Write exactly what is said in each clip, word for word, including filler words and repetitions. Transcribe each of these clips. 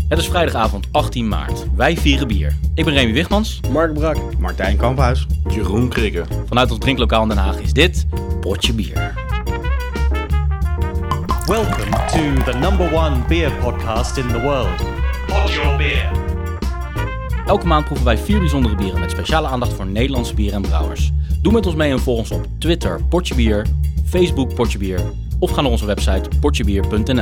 Het is vrijdagavond achttien maart. Wij vieren bier. Ik ben Remy Wigmans. Mark Brak. Martijn Kamphuis. Jeroen Krikke. Vanuit ons drinklokaal in Den Haag is dit Potje Bier. Welcome to the number one beer podcast in the world. Pod Your Beer. Elke maand proeven wij vier bijzondere bieren met speciale aandacht voor Nederlandse bieren en brouwers. Doe met ons mee en volg ons op Twitter Potje Bier, Facebook Potje Bier of ga naar onze website potjebier punt n l.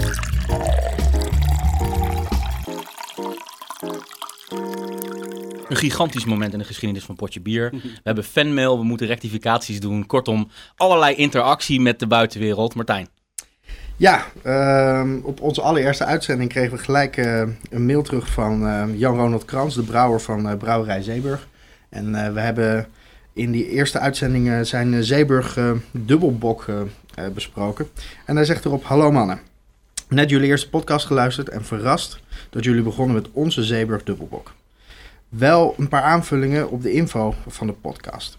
Een gigantisch moment in de geschiedenis van Potje Bier. We hebben fanmail, we moeten rectificaties doen. Kortom, allerlei interactie met de buitenwereld. Martijn. Ja, uh, op onze allereerste uitzending kregen we gelijk uh, een mail terug van uh, Jan-Ronald Krans, de brouwer van uh, Brouwerij Zeeburg. En uh, we hebben in die eerste uitzending uh, zijn uh, Zeeburg uh, dubbelbok uh, uh, besproken. En hij zegt erop: hallo mannen, net jullie eerste podcast geluisterd en verrast dat jullie begonnen met onze Zeeburg dubbelbok. Wel een paar aanvullingen op de info van de podcast.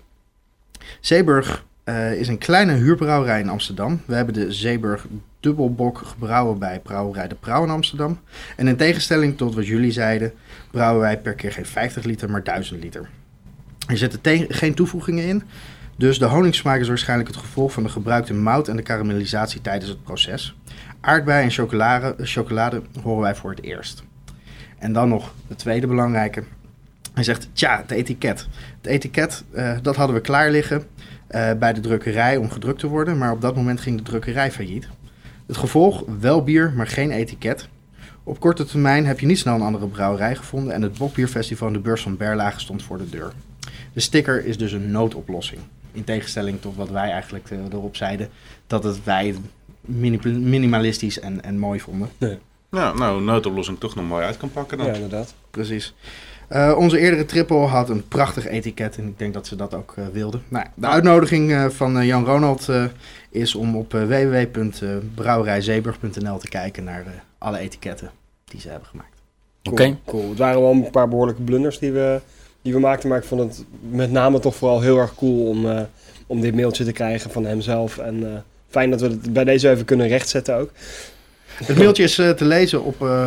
Zeeburg uh, is een kleine huurbrouwerij in Amsterdam. We hebben de Zeeburg dubbelbok gebrouwen bij Brouwerij de Prouw in Amsterdam. En in tegenstelling tot wat jullie zeiden, brouwen wij per keer geen vijftig liter, maar duizend liter. Er zitten te- geen toevoegingen in, dus de honingssmaak is waarschijnlijk het gevolg van de gebruikte mout en de karamellisatie tijdens het proces. Aardbei en chocolade, chocolade horen wij voor het eerst. En dan nog de tweede belangrijke. Hij zegt, tja, het etiket. Het etiket, uh, dat hadden we klaar liggen uh, bij de drukkerij om gedrukt te worden, maar op dat moment ging de drukkerij failliet. Het gevolg, wel bier, maar geen etiket. Op korte termijn heb je niet snel een andere brouwerij gevonden en het Bokbierfestival in de beurs van Berlage stond voor de deur. De sticker is dus een noodoplossing. In tegenstelling tot wat wij eigenlijk uh, erop zeiden, dat het wij het mini- minimalistisch en, en mooi vonden. Nee. Nou, nou, noodoplossing toch nog mooi uit kan pakken dan. Ja, inderdaad. Precies. Uh, onze eerdere triple had een prachtig etiket en ik denk dat ze dat ook uh, wilden. Nou, de uitnodiging uh, van uh, Jan Ronald uh, is om op uh, w w w punt brouwerijzeeburg punt n l te kijken naar uh, alle etiketten die ze hebben gemaakt. Cool, Oké. Okay. Cool. Het waren wel een paar behoorlijke blunders die we, die we maakten, maar ik vond het met name toch vooral heel erg cool om, uh, om dit mailtje te krijgen van hemzelf. En uh, fijn dat we het bij deze even kunnen rechtzetten ook. Het mailtje is uh, te lezen op uh, uh,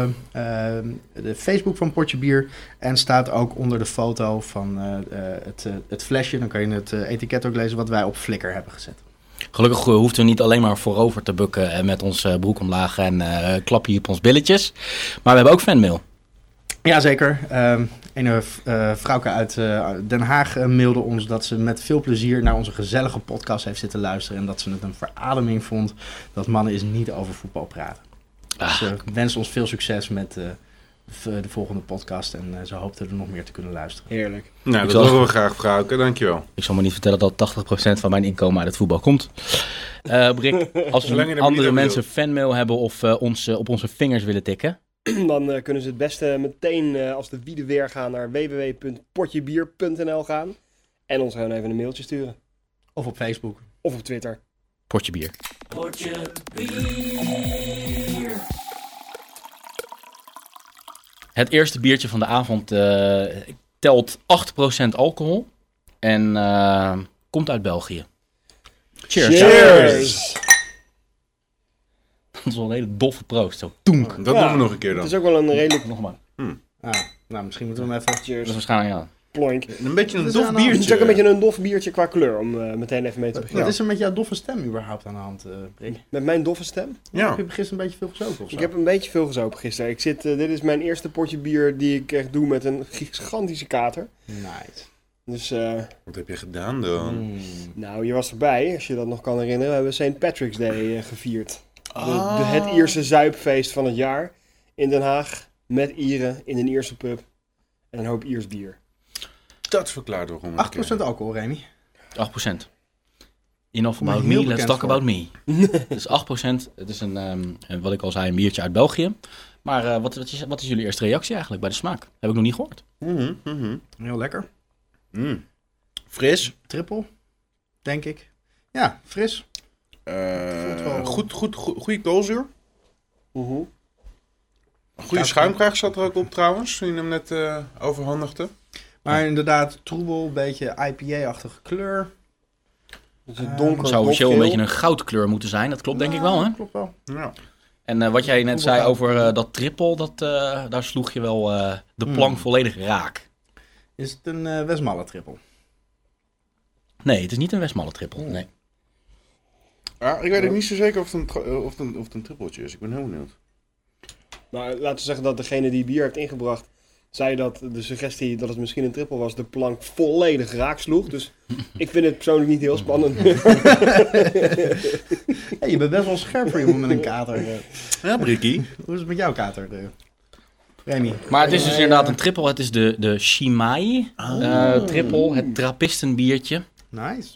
de Facebook van Potje Bier en staat ook onder de foto van uh, uh, het, uh, het flesje. Dan kan je het uh, etiket ook lezen wat wij op Flickr hebben gezet. Gelukkig uh, hoefden we niet alleen maar voorover te bukken en met ons uh, broek omlaag en uh, klapje op ons billetjes. Maar we hebben ook fanmail. Jazeker. Um, een uh, vrouwke uit uh, Den Haag uh, mailde ons dat ze met veel plezier naar onze gezellige podcast heeft zitten luisteren. En dat ze het een verademing vond dat mannen eens niet over voetbal praten. Ah. Dus uh, wens ons veel succes met uh, de volgende podcast. En uh, ze hoopte er nog meer te kunnen luisteren. Heerlijk. Nou, Ik dat zal- horen we graag, vrouwke. Dankjewel. Ik zal maar niet vertellen dat tachtig procent van mijn inkomen uit het voetbal komt. Uh, Brik, als Zolang je we er andere niet mensen over fanmail hebben of uh, ons uh, op onze vingers willen tikken. Dan uh, kunnen ze het beste meteen uh, als de wieden weer gaan naar w w w punt potjebier punt n l gaan. En ons gewoon even een mailtje sturen. Of op Facebook. Of op Twitter. Potje Bier. Het eerste biertje van de avond uh, telt acht procent alcohol en uh, komt uit België. Cheers. Cheers! Dat is wel een hele doffe proost. Zo, toenk. Dat Ja. doen we nog een keer Het dan. is ook wel een redelijk Nog maar. Ah, nou, misschien moeten we hem even... Dat cheers. is waarschijnlijk, ja. Ploink. Een beetje een Dat is dof aan- biertje. Het is ook een beetje een dof biertje qua kleur om uh, meteen even mee te beginnen. Wat is er met jouw doffe stem überhaupt aan de hand, uh, Brik? Met mijn doffe stem? Ja. Heb je gisteren een beetje veel gezopen of zo? Ik heb een beetje veel gezopen gisteren. Ik zit, uh, dit is mijn eerste potje bier die ik echt doe met een gigantische kater. Nice. Dus, uh, Wat heb je gedaan dan? Mm. nou, je was erbij, als je dat nog kan herinneren. We hebben Saint Patrick's Day uh, gevierd. De, Ah. de, het Ierse zuipfeest van het jaar in Den Haag. Met Ieren in een Ierse pub. En een hoop Iers bier. Dat verklaart waarom. ik, acht procent eh, alcohol, Remy. acht procent. Enough about Heel me, bekend let's talk voor. about me. Het is acht procent. Het is een, um, wat ik al zei, een biertje uit België. Maar uh, wat, wat, is, wat is jullie eerste reactie eigenlijk bij de smaak? Heb ik nog niet gehoord. mhm, mhm. Heel lekker. Mm. Fris. Triple, denk ik. Ja, fris. Uh, Voelt wel- goed, goed, goed, goede koolzuur. Mhm. Goede schuimkraag zat er ook op trouwens, toen je hem net uh, overhandigde. Maar inderdaad, troebel, een beetje I P A-achtige kleur. Dus het Uh, donker, Het zou officieel een dofgeel. beetje een goudkleur moeten zijn. Dat klopt denk ik wel, hè? Klopt wel. Ja. En uh, wat jij net zei over uh, dat triple, dat, uh, daar sloeg je wel uh, de plank hmm. volledig raak. Is het een uh, Westmalle triple? Nee, het is niet een Westmalle triple, nee. Ja, ik weet ook niet zo zeker of het een, of het een, of het een trippeltje is. Ik ben heel benieuwd. Nou, laten we zeggen dat degene die bier heeft ingebracht, zei dat de suggestie dat het misschien een triple was, de plank volledig raak sloeg. Dus ik vind het persoonlijk niet heel spannend. Hey, je bent best wel scherp voor iemand met een kater. Ja, Brikkie. Hoe is het met jouw kater, Remy? Maar het is dus inderdaad een triple. Het is de, de Chimay oh. uh, triple, het trappistenbiertje. Nice.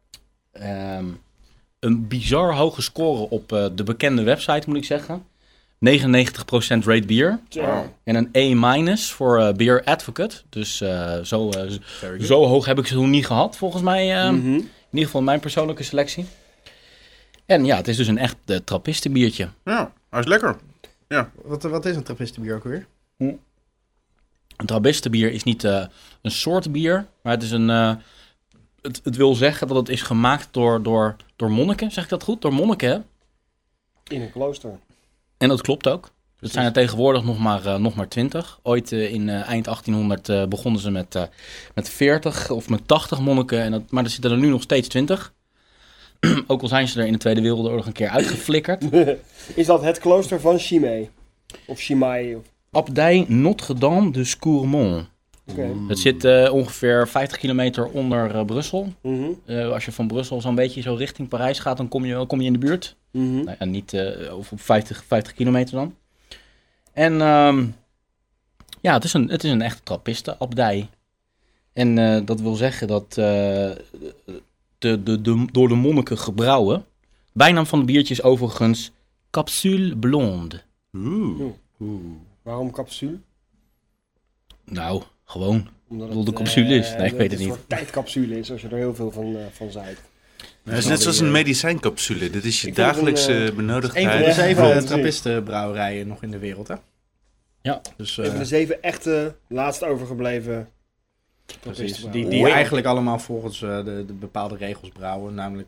Um, een bizar hoge score op uh, de bekende website, moet ik zeggen. negenennegentig procent rate bier. Wow. En een A- voor uh, Beer Advocate. Dus uh, zo, uh, zo hoog heb ik ze nog niet gehad, volgens mij. Uh, mm-hmm. In ieder geval mijn persoonlijke selectie. En ja, het is dus een echt uh, trappistenbiertje. Ja, hij is lekker. Ja. Wat, wat is een trappistenbier ook weer? Hm. Een trappistenbier is niet uh, een soort bier, maar het is een... Uh, het, het wil zeggen dat het is gemaakt door, door, door monniken. Zeg ik dat goed? Door monniken, hè? In een klooster. En dat klopt ook. Het zijn er tegenwoordig nog maar, uh, nog maar twintig. Ooit uh, in uh, eind achttienhonderd uh, begonnen ze met, uh, met veertig of met tachtig monniken. En dat, maar er zitten er nu nog steeds twintig. Ook al zijn ze er in de Tweede Wereldoorlog een keer uitgeflikkerd. Is dat het klooster van Chimay? Of Chimay? Of... Abdij Notre-Dame de Scourmont. Okay. Het zit uh, ongeveer vijftig kilometer onder uh, Brussel. Mm-hmm. Uh, als je van Brussel zo'n beetje zo richting Parijs gaat, dan kom je, kom je in de buurt. Mm-hmm. Nou ja, niet uh, of op vijftig, vijftig kilometer dan. En um, ja, het is een, het is een echte trappistenabdij. En uh, dat wil zeggen dat uh, de, de, de, door de monniken gebrouwen. Bijnaam van de biertje is overigens Capsule Blonde. Oeh. Oeh. Waarom capsule? Nou, gewoon. Omdat het de capsule is. Nee, uh, ik weet het niet. Een soort tijdcapsule is, als je er heel veel van, uh, van zuigt. Het is net zoals een medicijncapsule. Dit is je dagelijkse een, uh, benodigdheid. Een van de zeven ja, trappistenbrouwerijen nog in de wereld, hè? Ja. Dus, uh, een van de zeven echte, laatst overgebleven precies. Die, die eigenlijk allemaal volgens uh, de, de bepaalde regels brouwen. Namelijk,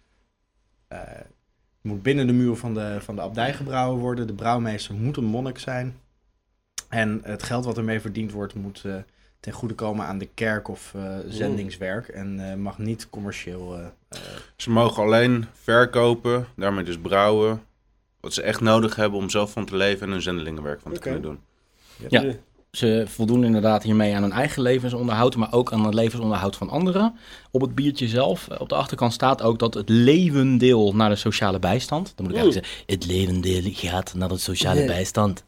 uh, het moet binnen de muur van de, van de abdij gebrouwen worden. De brouwmeester moet een monnik zijn. En het geld wat ermee verdiend wordt moet uh, ten goede komen aan de kerk of uh, zendingswerk. En uh, mag niet commercieel... Uh, uh, ze mogen alleen verkopen, daarmee dus brouwen, wat ze echt nodig hebben om zelf van te leven en hun zendelingenwerk van te okay. kunnen doen. Ja, ja, ze voldoen inderdaad hiermee aan hun eigen levensonderhoud, maar ook aan het levensonderhoud van anderen. Op het biertje zelf, op de achterkant staat ook dat het levendeel naar de sociale bijstand. Dan moet ik eigenlijk zeggen, het levendeel gaat naar de sociale yeah. bijstand.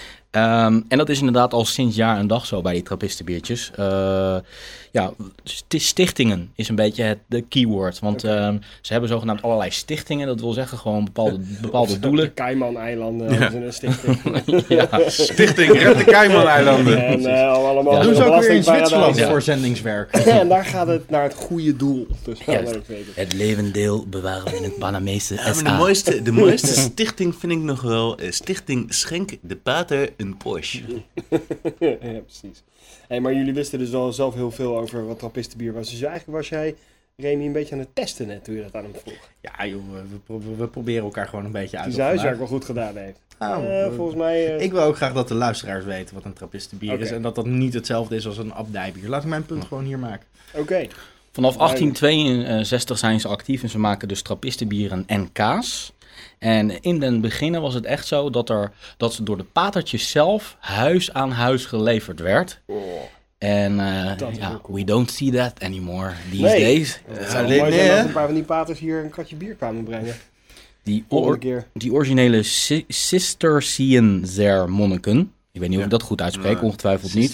Um, en dat is inderdaad al sinds jaar en dag zo bij die trappistenbiertjes. Uh, ja, stichtingen is een beetje het de keyword. Want okay. um, ze hebben zogenaamd allerlei stichtingen. Dat wil zeggen gewoon bepaalde, bepaalde doelen. De Cayman-eilanden ja. zijn een stichting. ja. Stichting Red de Cayman-eilanden. En uh, allemaal ja, doen ze ook weer in Zwitserland ja. voor zendingswerk. Ja, en daar gaat het naar het goede doel. Dus ja, het levendeel bewaren we in het Panamese ja, S A. De mooiste, de mooiste stichting vind ik nog wel uh, Stichting Schenk de Pater een Porsche. ja, precies. Hey, maar jullie wisten dus al zelf heel veel over wat trappistenbier was. Dus eigenlijk was jij, Remy, een beetje aan het testen net toen je dat aan hem vroeg. Ja joh, we, pro- we proberen elkaar gewoon een beetje uit te Die zijn huiswerk wel goed gedaan heeft. Oh, uh, volgens mij... Uh... Ik wil ook graag dat de luisteraars weten wat een trappistenbier okay. is. En dat dat niet hetzelfde is als een abdijbier. Laat ik mijn punt gewoon hier maken. Oké. Okay. Vanaf achttien tweeënzestig zijn ze actief en ze maken dus trappistenbieren en kaas. En in den beginnen was het echt zo dat, er, dat ze door de patertjes zelf huis aan huis geleverd werd. Oh. En uh, ja, cool. We don't see that anymore these nee. days. Het zou uh, mooi zijn nee, dat een paar van die paters hier een kratje bier kwamen brengen. Die, or, die originele si- Cistercienser monniken, ik weet niet of ik dat goed uitspreek, nee. ongetwijfeld niet.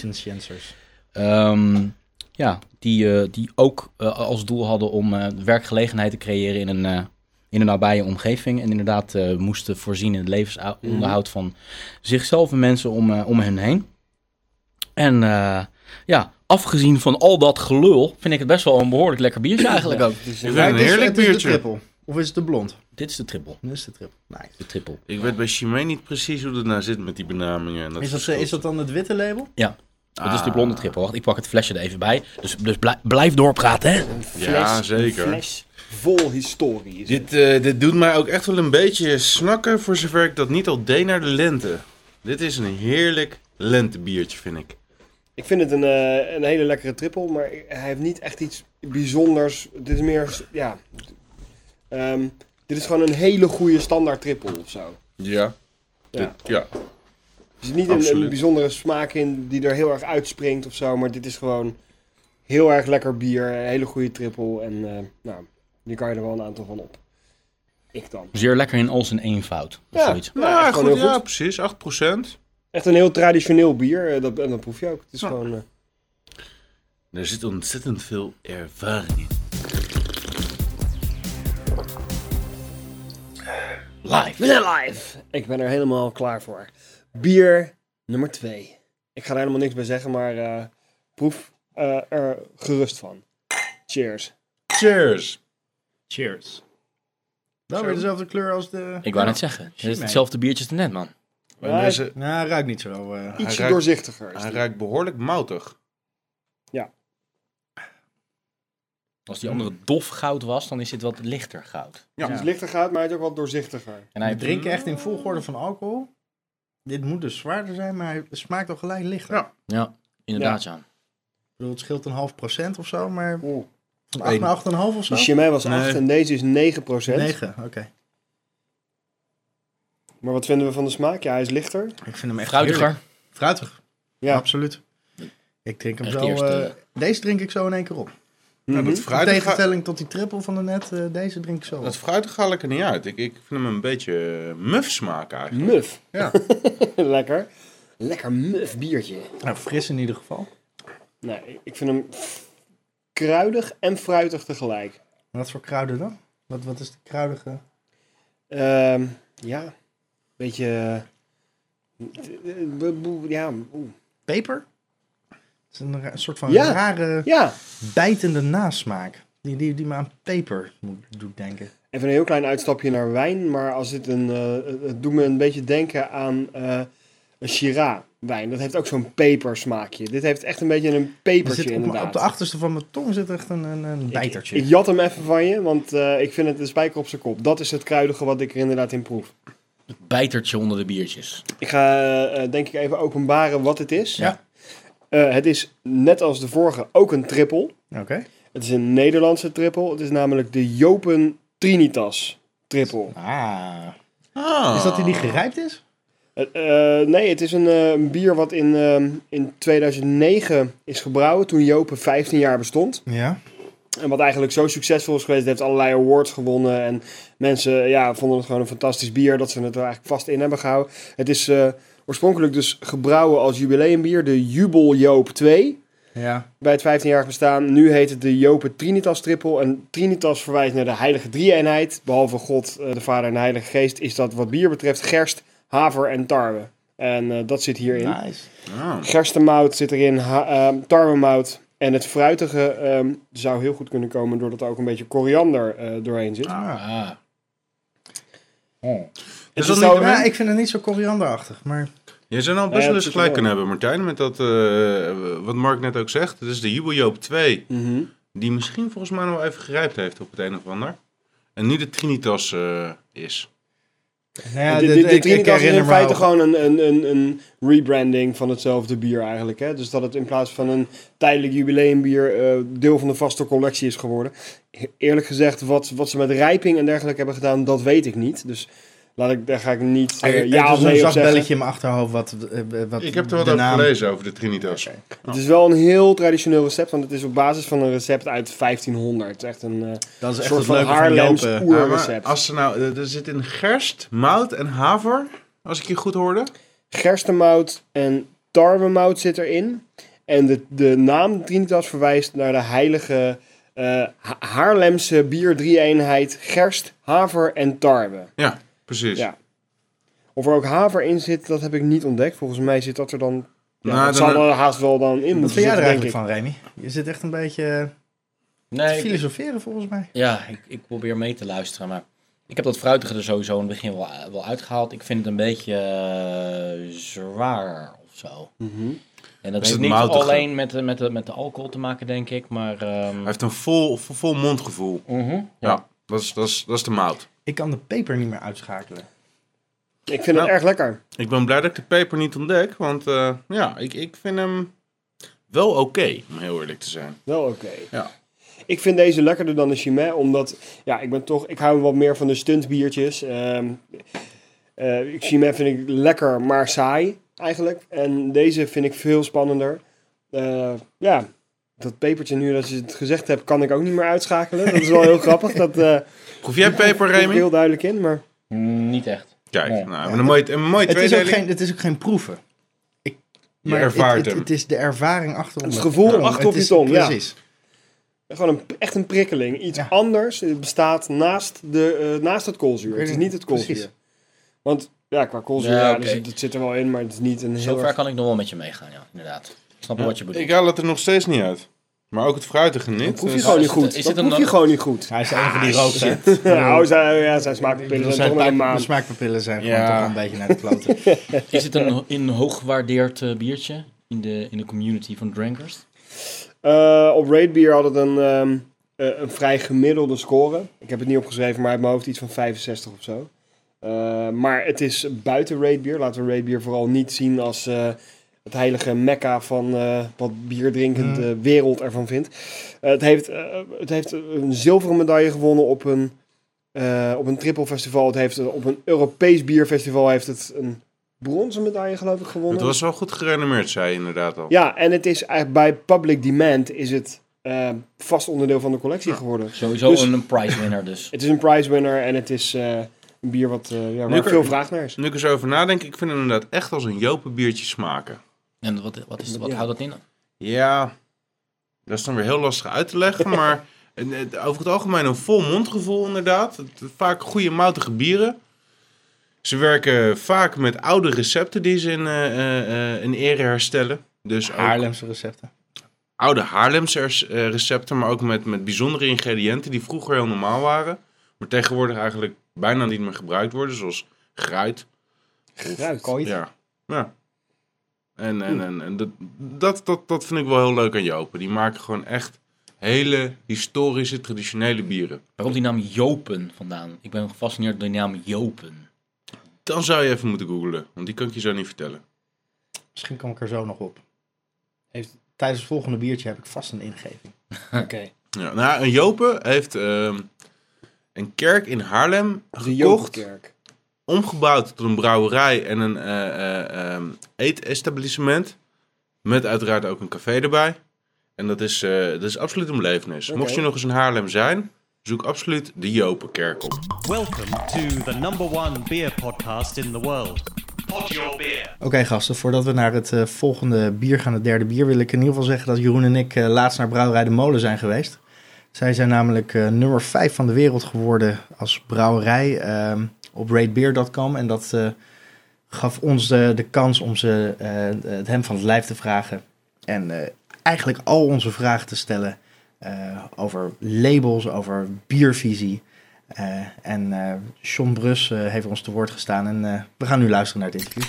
Um, ja, die, uh, die ook uh, als doel hadden om uh, werkgelegenheid te creëren in een... Uh, in een nabije omgeving en inderdaad uh, moesten voorzien in het levensonderhoud van zichzelf en mensen om, uh, om hen heen. En uh, ja, afgezien van al dat gelul, vind ik het best wel een behoorlijk lekker biertje eigenlijk ook. Het is een, een heerlijk biertje. Is de triple? Of is het de blond? Dit is de triple. Dit is de triple. Nice. De triple. Ik weet bij Chimay niet precies hoe het nou zit met die benamingen. En dat is, dat, is dat dan het witte label? Ja. Het ah. is de blonde triple. Wacht, ik pak het flesje er even bij. Dus, dus blijf, blijf doorpraten, hè? Ja, zeker. vol historie is Dit, uh, dit doet mij ook echt wel een beetje snakken, voor zover ik dat niet al deed, naar de lente. Dit is een heerlijk lentebiertje, vind ik. Ik vind het een, uh, een hele lekkere triple, maar hij heeft niet echt iets bijzonders. Dit is meer, ja... Um, dit is gewoon een hele goede standaard triple of zo. Ja. Ja. Dit, ja. Er zit niet een, een bijzondere smaak in die er heel erg uitspringt of zo, maar dit is gewoon heel erg lekker bier. Een hele goede triple en uh, nou, hier kan je er wel een aantal van op. Ik dan. Zeer lekker in al zijn eenvoud. Of Ja, zoiets. Nou, ja, goed, heel ja, goed. precies. acht procent. Echt een heel traditioneel bier, uh, dat, en dat proef je ook. Het is Ja. gewoon... Uh, Er zit ontzettend veel ervaring in. Live. We zijn live! Ik ben er helemaal klaar voor. Bier nummer twee. Ik ga er helemaal niks bij zeggen, maar uh, proef uh, er gerust van. Cheers. Cheers! Cheers. Wel weer dezelfde kleur als de... Ik wou net zeggen. Het is Shit, hetzelfde biertje als de net, man. En Ja, deze, Nou, hij ruikt niet zo. Uh, Ietsje ruikt- doorzichtiger. Is hij die. ruikt behoorlijk moutig. Als die andere dof goud was, dan is dit wat lichter goud. Ja. Het is lichter gaat, maar het is ook wat doorzichtiger. En hij we drinken echt in volgorde van alcohol. Dit moet dus zwaarder zijn, maar hij smaakt al gelijk lichter. Ja. Ja, inderdaad, ja. Ik bedoel, het scheelt een half procent of zo, maar Oeh. van acht Eén. naar acht komma vijf of zo? Die Chimay was Nee. acht en deze is negen procent. negen, oké. Maar wat vinden we van de smaak? Ja, hij is lichter. Ik vind hem echt Fruitiger. heerlijk. Fruitig, Ja. absoluut. Ik drink hem Echt zo... eerst, eh, eh, deze drink ik zo in één keer op. Nou, Mhm. dat In fruitige, tegenstelling tot die triple van de net, eh, deze drink ik zo op. dat fruitige haal ik er niet uit. Ik, ik vind hem een beetje uh, muf smaken eigenlijk. Muf. Ja. Lekker. Lekker muf biertje. Nou, fris in ieder geval. Nee, ik vind hem f- kruidig en fruitig tegelijk. Wat voor kruiden dan? Wat, wat is de kruidige... Ehm ja, beetje... eh, b- b- Ja, oeh. Peper? Het is een, ra- een soort van Ja. rare, Ja, bijtende nasmaak. Die, die, die me aan peper moet, doet denken. even een heel klein uitstapje naar wijn. Maar als het een, eh, het doet me een beetje denken aan eh, een Shiraz wijn. Dat heeft ook zo'n pepersmaakje. Dit heeft echt een beetje een Er pepertje zit op, inderdaad. op de achterste van mijn tong zit echt een, een, een bijtertje. Ik, ik jat hem even van je, want eh, ik vind het een spijker op zijn kop. Dat is het kruidige wat ik er inderdaad in proef. Het bijtertje onder de biertjes. Ik ga eh, denk ik even openbaren wat het is. Ja. Eh, het is net als de vorige ook een triple. Oké. Het is een Nederlandse triple. Het is namelijk de Jopen Trinitas triple. Ah. Ah. Is dat die die gerijpt is? Eh, eh, nee, het is een, eh, een bier wat in, eh, in tweeduizend negen is gebrouwen toen Jopen vijftien jaar bestond. Ja. En wat eigenlijk zo succesvol is geweest, het heeft allerlei awards gewonnen. En mensen ja, vonden het gewoon een fantastisch bier, dat ze het er eigenlijk vast in hebben gehouden. Het is eh, oorspronkelijk dus gebrouwen als jubileumbier, de Jubel Joop twee. Ja. Bij het vijftienjarig bestaan. Nu heet het de Jopen Trinitas triple. En Trinitas verwijst naar de heilige drie-eenheid. Behalve God, eh, de Vader en de Heilige Geest, is dat wat bier betreft gerst, haver en tarwe. En eh, dat zit hierin. Nice. Ah. Gerstemout zit erin, ha- ehm, tarwemout. En het fruitige ehm, zou heel goed kunnen komen doordat er ook een beetje koriander eh, doorheen zit. Ah. Ah. Het Is is dat zo- niet Ja, ik vind het niet zo korianderachtig, maar... Je zou nou Ja, best wel het eens is gelijk wel. kunnen hebben, Martijn, met dat, eh, wat Mark net ook zegt. Het is de Jubeljoop twee, Mhm. die misschien volgens mij nog wel even gerijpt heeft op het een of ander. En nu de Trinitas eh, is. Nou ja, de, de, dit- de ik- ik Trinitas is herinner in me feite al- gewoon een, een, een, een rebranding van hetzelfde bier eigenlijk. Hè? Dus dat het in plaats van een tijdelijk jubileumbier eh, deel van de vaste collectie is geworden. E- Eerlijk gezegd, wat, wat ze met rijping en dergelijke hebben gedaan, dat weet ik niet. Dus laat ik, daar ga ik niet eh, Er- ja er of is een nee op zacht zeggen. belletje in mijn achterhoofd wat, eh, wat Ik heb er wat de over naam... gelezen over de Trinitas. Het is wel een heel traditioneel recept, want het is op basis van een recept uit vijftienhonderd. Het is echt een eh, Dat is echt soort het van leuke van Haarlems Jopen. Ja, maar oerrecept. als ze nou, er er zit in gerst, mout en haver, als ik je goed hoorde. Gerstemout en tarwemout zit erin. En de, de naam Trinitas verwijst naar de heilige eh, Ha- Haarlemse bier drie-eenheid gerst, haver en tarwe. Ja, precies. Ja. Of er ook haver in zit, dat heb ik niet ontdekt. Volgens mij zit dat er dan... Ja, Nou, dat dan- zal er haast wel dan in Wat moeten vind jij er zitten, denk eigenlijk ik. van, Remy? Je zit echt een beetje eh, Nee, ik- filosoferen volgens mij. ja, ik, ik probeer mee te luisteren, maar ik heb dat fruitige er sowieso in het begin wel, wel uitgehaald. Ik vind het een beetje eh, zwaar of zo. Mhm. En dat Is heeft het niet moutige? alleen met de, met, de, met de alcohol te maken, denk ik, maar... Um... Hij heeft een vol, vol, vol mondgevoel. Mm-hmm, Ja, ja. dat, is, dat, is, dat is de mout. Ik kan de peper niet meer uitschakelen. Ik vind Nou. het erg lekker. Ik ben blij dat ik de peper niet ontdek, want uh, ja, ik, ik vind hem wel oké, okay, om heel eerlijk te zijn. Wel oké. Okay. Ja. Ik vind deze lekkerder dan de Chimay, omdat ja, ik ben toch, ik hou wat meer van de stuntbiertjes. Um, uh, Chimay vind ik lekker, maar saai eigenlijk. En deze vind ik veel spannender. Uh, ja, dat pepertje nu dat je het gezegd hebt, kan ik ook niet meer uitschakelen. Dat is wel heel grappig. Dat uh, proef jij peper, Remy? heel duidelijk in, maar Mm, niet echt. Kijk, Nee. nou, ja, een mooie, een mooie Het is, ook tweedeling. geen, het is ook geen proeven. Ik, Je ervaart het, het, hem. het is de ervaring achterom. Het gevoel tong. achter Het op je is- tong, ja. Precies. gewoon een, echt een prikkeling. Iets Ja. anders. Het bestaat naast, de, uh, naast het koolzuur. Het is niet het koolzuur. Precies. Want ja, qua koolzuur, Ja, ja, oké. dus het, het zit er wel in, maar het is niet een heel Zover erg... kan ik nog wel met je meegaan, ja, inderdaad. Ik snap Ja, wat je bedoelt. ik haal het er nog steeds niet uit. Maar ook het fruitige Dan niet. proef je Dus- gewoon is niet het- goed. is Dan het een- proef je gewoon niet goed. Hij is de enige die rookt, hè? Nou, zijn, ja, zijn smaakpapillen zijn toch met een de maan. smaakpapillen zijn gewoon Ja. toch wel een beetje naar de kloten. Is het een, een hooggewaardeerd uh, biertje in de, in de community van drankers? Uh, op Raid Beer had het een, um, uh, een vrij gemiddelde score. Ik heb het niet opgeschreven, maar uit mijn hoofd iets van vijfenzestig of zo. Uh, maar het is buiten Raid Beer. Laten we Raid Beer vooral niet zien als uh, het heilige mekka van uh, wat bierdrinkende Mm. wereld ervan vindt. Uh, het, heeft, uh, het heeft een zilveren medaille gewonnen op een, uh, op een triple festival. Het heeft uh, op een Europees bierfestival heeft het een bronzen medaille geloof ik gewonnen. Het was wel goed gerenommeerd, zei je inderdaad al. Ja, en het is eigenlijk bij public demand is het uh, vast onderdeel van de collectie geworden. Sowieso Dus- een, een prize winner dus. Het is een prize winner en het is uh, een bier wat, uh, ja, waar Nu ik er- veel vraag naar is. Nu ik er zo over nadenk, ik vind het inderdaad echt als een Jopen biertje smaken. En wat, wat, is, wat Ja. houdt dat in? Ja, dat is dan weer heel lastig uit te leggen, maar en, eh, over het algemeen een vol mondgevoel inderdaad. Het- Vaak goede moutige bieren. Ze werken vaak met oude recepten die ze in, uh, uh, in ere herstellen. Dus ook Haarlemse recepten. oude Haarlemse res- uh, recepten, maar ook met, met bijzondere ingrediënten die vroeger heel normaal waren. Maar tegenwoordig eigenlijk bijna niet meer gebruikt worden, zoals gruit. Gruit. Kooit. Ja, ja. En, en, en, en dat, dat, dat, dat vind ik wel heel leuk aan Jopen. Die maken gewoon echt hele historische, traditionele bieren. Waar komt die naam Jopen vandaan? Ik ben gefascineerd door die naam Jopen. Dan zou je even moeten googlen, want die kan ik je zo niet vertellen. Misschien kom ik er zo nog op. Heeft- Tijdens het volgende biertje heb ik vast een ingeving. Oké. Ja, nou, een Jopen heeft ehm, een kerk in Haarlem De gekocht, Jopenkerk. omgebouwd tot een brouwerij en een eh, eh, ehm, eetestablishment. Met uiteraard ook een café erbij. En dat is, eh, dat is absoluut een belevenis. Oké. Mocht je nog eens in Haarlem zijn, zoek absoluut de Jopenkerk op. Welcome to the number one beer podcast in the world. Pod Your Beer. Oké gasten, voordat we naar het uh, volgende bier gaan, het derde bier, wil ik in ieder geval zeggen dat Jeroen en ik uh, laatst naar Brouwerij de Molen zijn geweest. Zij zijn namelijk uh, nummer vijf van de wereld geworden als brouwerij uh, op rate beer dot com. En dat uh, gaf ons uh, de kans om ze uh, het hem van het lijf te vragen. En uh, eigenlijk al onze vragen te stellen uh, over labels, over biervisie. Uh, en uh, John Brus uh, heeft ons te woord gestaan en uh, we gaan nu luisteren naar het interview.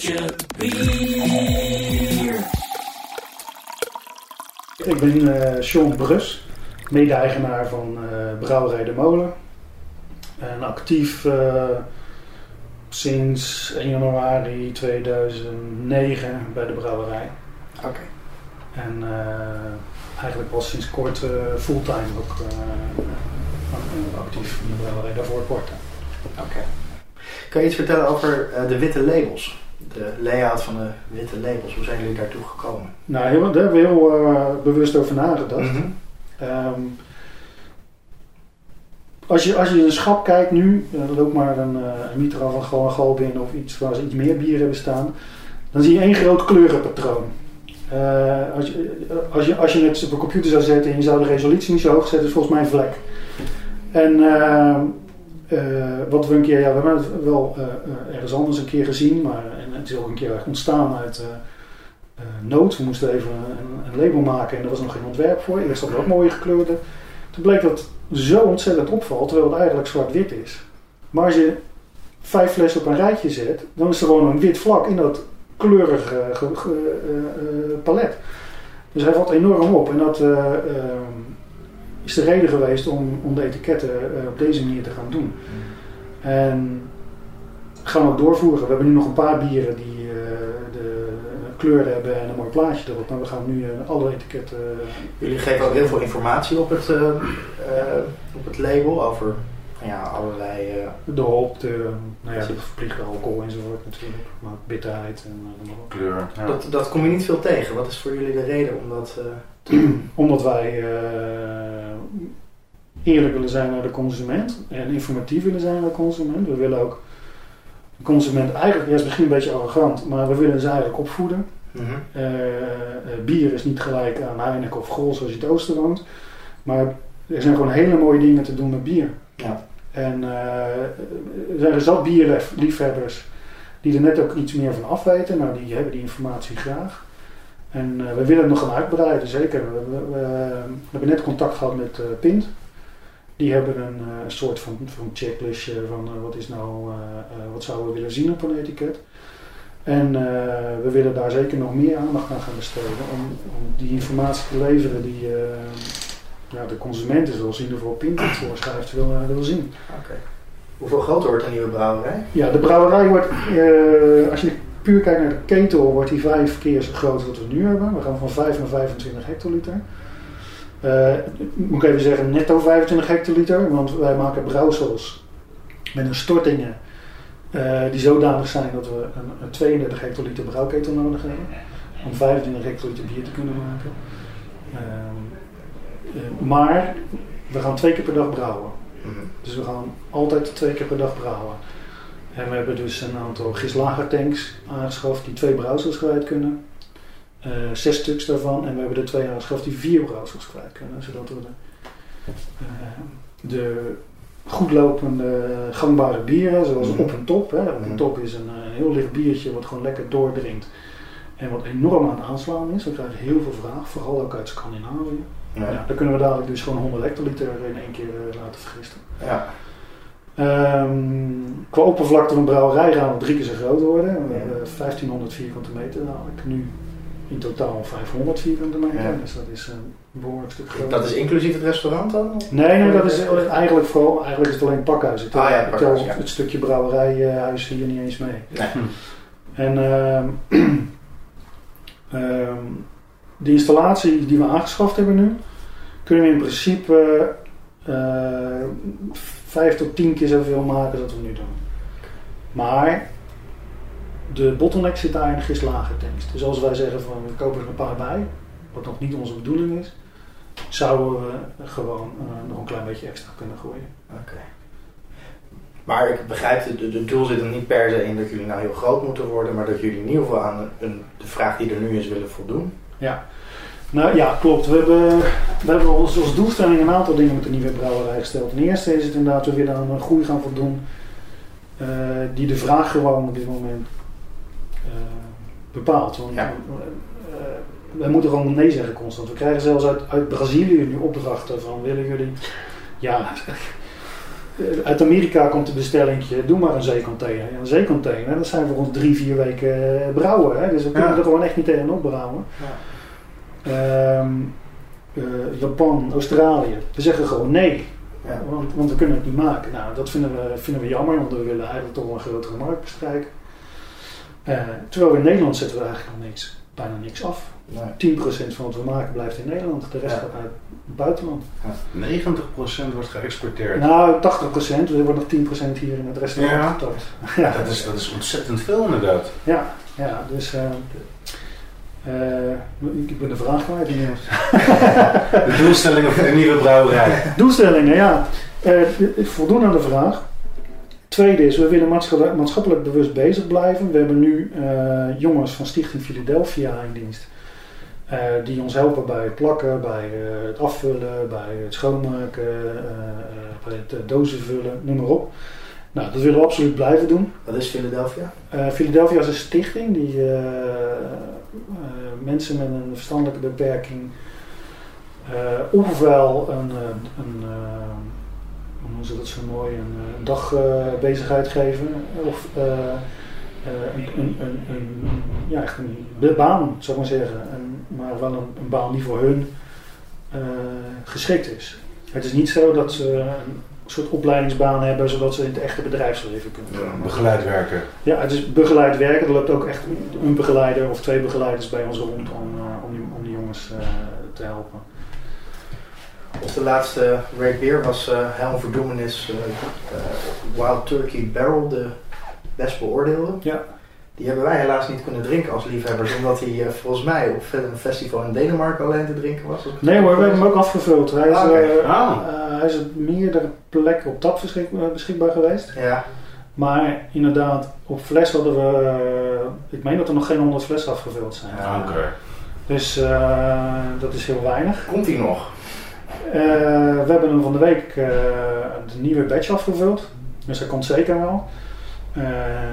Ik ben uh, John Brus, mede-eigenaar van uh, Brouwerij de Molen. En actief uh, sinds één januari tweeduizend negen bij de brouwerij. Oké. Okay. En uh, eigenlijk was sinds kort uh, fulltime ook uh, actief in de brouwerij, daarvoor korter. Oké. Okay. Kan je iets vertellen over uh, de witte labels? De layout van de witte labels, hoe zijn jullie daartoe gekomen? Nou, heel, daar hebben we heel uh, bewust over nagedacht. Mm-hmm. Um, als, je, als je in een schap kijkt nu, uh, loop maar een, uh, een Mitra van gewoon Gal binnen of iets waar ze iets meer bier hebben staan, dan zie je één groot kleurenpatroon. Uh, als, je, als, je, als je het op een computer zou zetten en je zou de resolutie niet zo hoog zetten, is volgens mij een vlek. En uh, uh, wat we een keer, ja, we hebben het wel uh, uh, ergens anders een keer gezien, maar en het is ook een keer ontstaan uit uh, uh, nood. We moesten even een, een label maken en er was nog geen ontwerp voor. Eerst hadden we ook mooie gekleurde. Toen bleek dat zo ontzettend opvalt, terwijl het eigenlijk zwart-wit is. Maar als je vijf flessen op een rijtje zet, dan is er gewoon een wit vlak in dat kleurig uh, ge, ge, uh, palet. Dus hij valt enorm op en dat uh, uh, is de reden geweest om, om de etiketten uh, op deze manier te gaan doen. En gaan we ook doorvoeren. We hebben nu nog een paar bieren die uh, de kleur hebben en een mooi plaatje erop. Maar we gaan nu uh, alle etiketten... Uh, Jullie geven ook heel veel informatie op het, uh, uh, op het label over ja, allerlei... Uh, de hop, de, nou ja, de verplichte alcohol enzovoort natuurlijk. Maar bitterheid en uh, de kleur. Ja. Dat, dat kom je niet veel tegen. Wat is voor jullie de reden om dat uh, te doen? Omdat wij uh, eerlijk willen zijn naar de consument en informatief willen zijn naar de consument. We willen ook de consument eigenlijk, ja, is misschien een beetje arrogant, maar we willen ze eigenlijk opvoeden. Mm-hmm. uh, uh, bier is niet gelijk aan Heineken of Grols als je het oosten woont. Maar er zijn gewoon hele mooie dingen te doen met bier. Ja. En uh, er zijn zat bierliefhebbers die er net ook iets meer van afweten. Nou, die hebben die informatie graag. En uh, we willen het nog gaan uitbreiden, zeker. We, we, we, we hebben net contact gehad met uh, Pint. Die hebben een uh, soort van, van checklistje van uh, wat is nou, uh, uh, wat zouden we willen zien op een etiket. En uh, we willen daar zeker nog meer aandacht aan gaan besteden om, om die informatie te leveren die uh, ja, de consumenten, zoals in ieder geval Pint het voorschrijft, wil, uh, wil zien. Okay. Hoeveel groter wordt een nieuwe brouwerij? Ja, de brouwerij wordt, uh, als je puur kijkt naar de ketel, wordt die vijf keer zo groot als we nu hebben. We gaan van vijf naar vijfentwintig hectoliter. Uh, moet ik even zeggen, netto vijfentwintig hectoliter, want wij maken brouwsels met een stortingen uh, die zodanig zijn dat we een, een tweeëndertig hectoliter brouwketel nodig hebben om vijfentwintig hectoliter bier te kunnen maken. Uh, uh, maar we gaan twee keer per dag brouwen. Mm-hmm. Dus we gaan altijd twee keer per dag brouwen. En we hebben dus een aantal gislagertanks aangeschaft die twee brouwsels kwijt kunnen. Uh, zes stuks daarvan en we hebben er twee aangeschaft die vier brouwsels kwijt kunnen. Zodat we de, uh, de goedlopende gangbare bieren, zoals mm-hmm. op en top. Hè. Op en top is een, een heel licht biertje wat gewoon lekker doordringt. En wat enorm aan het aanslaan is. We krijgen heel veel vraag, vooral ook uit Scandinavië. Ja. Ja, dan kunnen we dadelijk dus gewoon honderd hectoliter in één keer uh, laten vergisten. Ja. Um, qua oppervlakte van brouwerij gaan we drie keer zo groot worden. We hebben vijftienhonderd vierkante meter dadelijk. Nu in totaal vijfhonderd vierkante meter. Ja. Dus dat is een behoorlijk stuk groter. Dat is inclusief het restaurant dan? Nee, nee, dat is eigenlijk vooral, eigenlijk is het alleen pakhuis. Ik tel, ah, ja, ik tel ja. het stukje brouwerijhuis hier niet eens mee. Nee. En um, um, de installatie die we aangeschaft hebben nu, kunnen we in principe uh, vijf tot tien keer zoveel maken als we nu doen. Maar de bottleneck zit daar in de gislagertanks. Dus als wij zeggen van we kopen er een paar bij, wat nog niet onze bedoeling is, zouden we gewoon uh, nog een klein beetje extra kunnen gooien. Oké. Okay. Maar ik begrijp, de, de doel zit er niet per se in dat jullie nou heel groot moeten worden, maar dat jullie in ieder geval aan een, de vraag die er nu is willen voldoen. Ja, nou ja, klopt. We hebben, we hebben als, als doelstelling een aantal dingen met de nieuwe brouwerij gesteld. Ten eerste is het inderdaad, we willen aan een groei gaan voldoen uh, die de vraag gewoon op dit moment uh, bepaalt. Want, ja. uh, uh, wij moeten gewoon nee zeggen constant. We krijgen zelfs uit, uit Brazilië nu opdrachten van willen jullie, ja... Uit Amerika komt de bestellingje, doe maar een zeecontainer. Ja, een zeecontainer, dat zijn voor ons drie, vier weken brouwen. Hè? Dus we kunnen ja. er gewoon echt niet tegenop brouwen. Ja. Um, uh, Japan, Australië, we zeggen gewoon nee. Ja. Want, want we kunnen het niet maken. Nou, dat vinden we, vinden we jammer, want we willen eigenlijk toch wel een grotere markt bestrijken. Uh, terwijl we in Nederland zetten we eigenlijk nog niks, bijna niks af. Nee. tien procent van wat we maken blijft in Nederland, de rest ja. gaat naar het buitenland. Ja, negentig procent wordt geëxporteerd. Nou, tachtig procent, dus er wordt nog tien procent hier in het restaurant ja. getopt. Ja, dat is, dat is ontzettend veel inderdaad. Ja, ja dus uh, uh, ik ben de vraag kwijt. De doelstellingen voor de nieuwe brouwerij. Doelstellingen, ja. Uh, voldoen aan de vraag. Tweede is, we willen maatschappelijk, maatschappelijk bewust bezig blijven. We hebben nu uh, jongens van Stichting Philadelphia in dienst. Uh, die ons helpen bij het plakken, bij uh, het afvullen, bij het schoonmaken, uh, uh, bij het uh, dozen vullen, noem maar op. Nou, dat willen we absoluut blijven doen. Wat is Philadelphia? Uh, Philadelphia is een stichting die uh, uh, mensen met een verstandelijke beperking uh, ofwel een, een uh, hoe noemen ze dat zo mooi, een, een dagbezigheid uh, geven of uh, Uh, een, een, een, een, ja, echt een de baan, zou ik maar zeggen. En, maar wel een, een baan die voor hun uh, geschikt is. Het is niet zo dat ze een soort opleidingsbaan hebben, zodat ze in het echte bedrijfsleven kunnen komen. Begeleid werken. Ja, het is begeleid werken. Er loopt ook echt een begeleider of twee begeleiders bij ons rond om, uh, om, die, om die jongens uh, te helpen. Op de laatste Great Beer was uh, Helm Verdoemenis uh, uh, Wild Turkey Barrel de best beoordeelde. Ja. Die hebben wij helaas niet kunnen drinken als liefhebbers, omdat hij uh, volgens mij op een festival in Denemarken alleen te drinken was. Nee hoor, we hebben hem ook afgevuld. Hij is, Ah, okay. uh, Oh. uh, hij is op meerdere plekken op tap beschik beschikbaar geweest. Ja. Maar inderdaad, op fles hadden we, uh, ik meen dat er nog geen honderd flessen afgevuld zijn. Ja. Oké. Okay. Dus uh, dat is heel weinig. Komt hij nog? Uh, we hebben hem van de week uh, de nieuwe batch afgevuld. Dus hij komt zeker wel. Uh,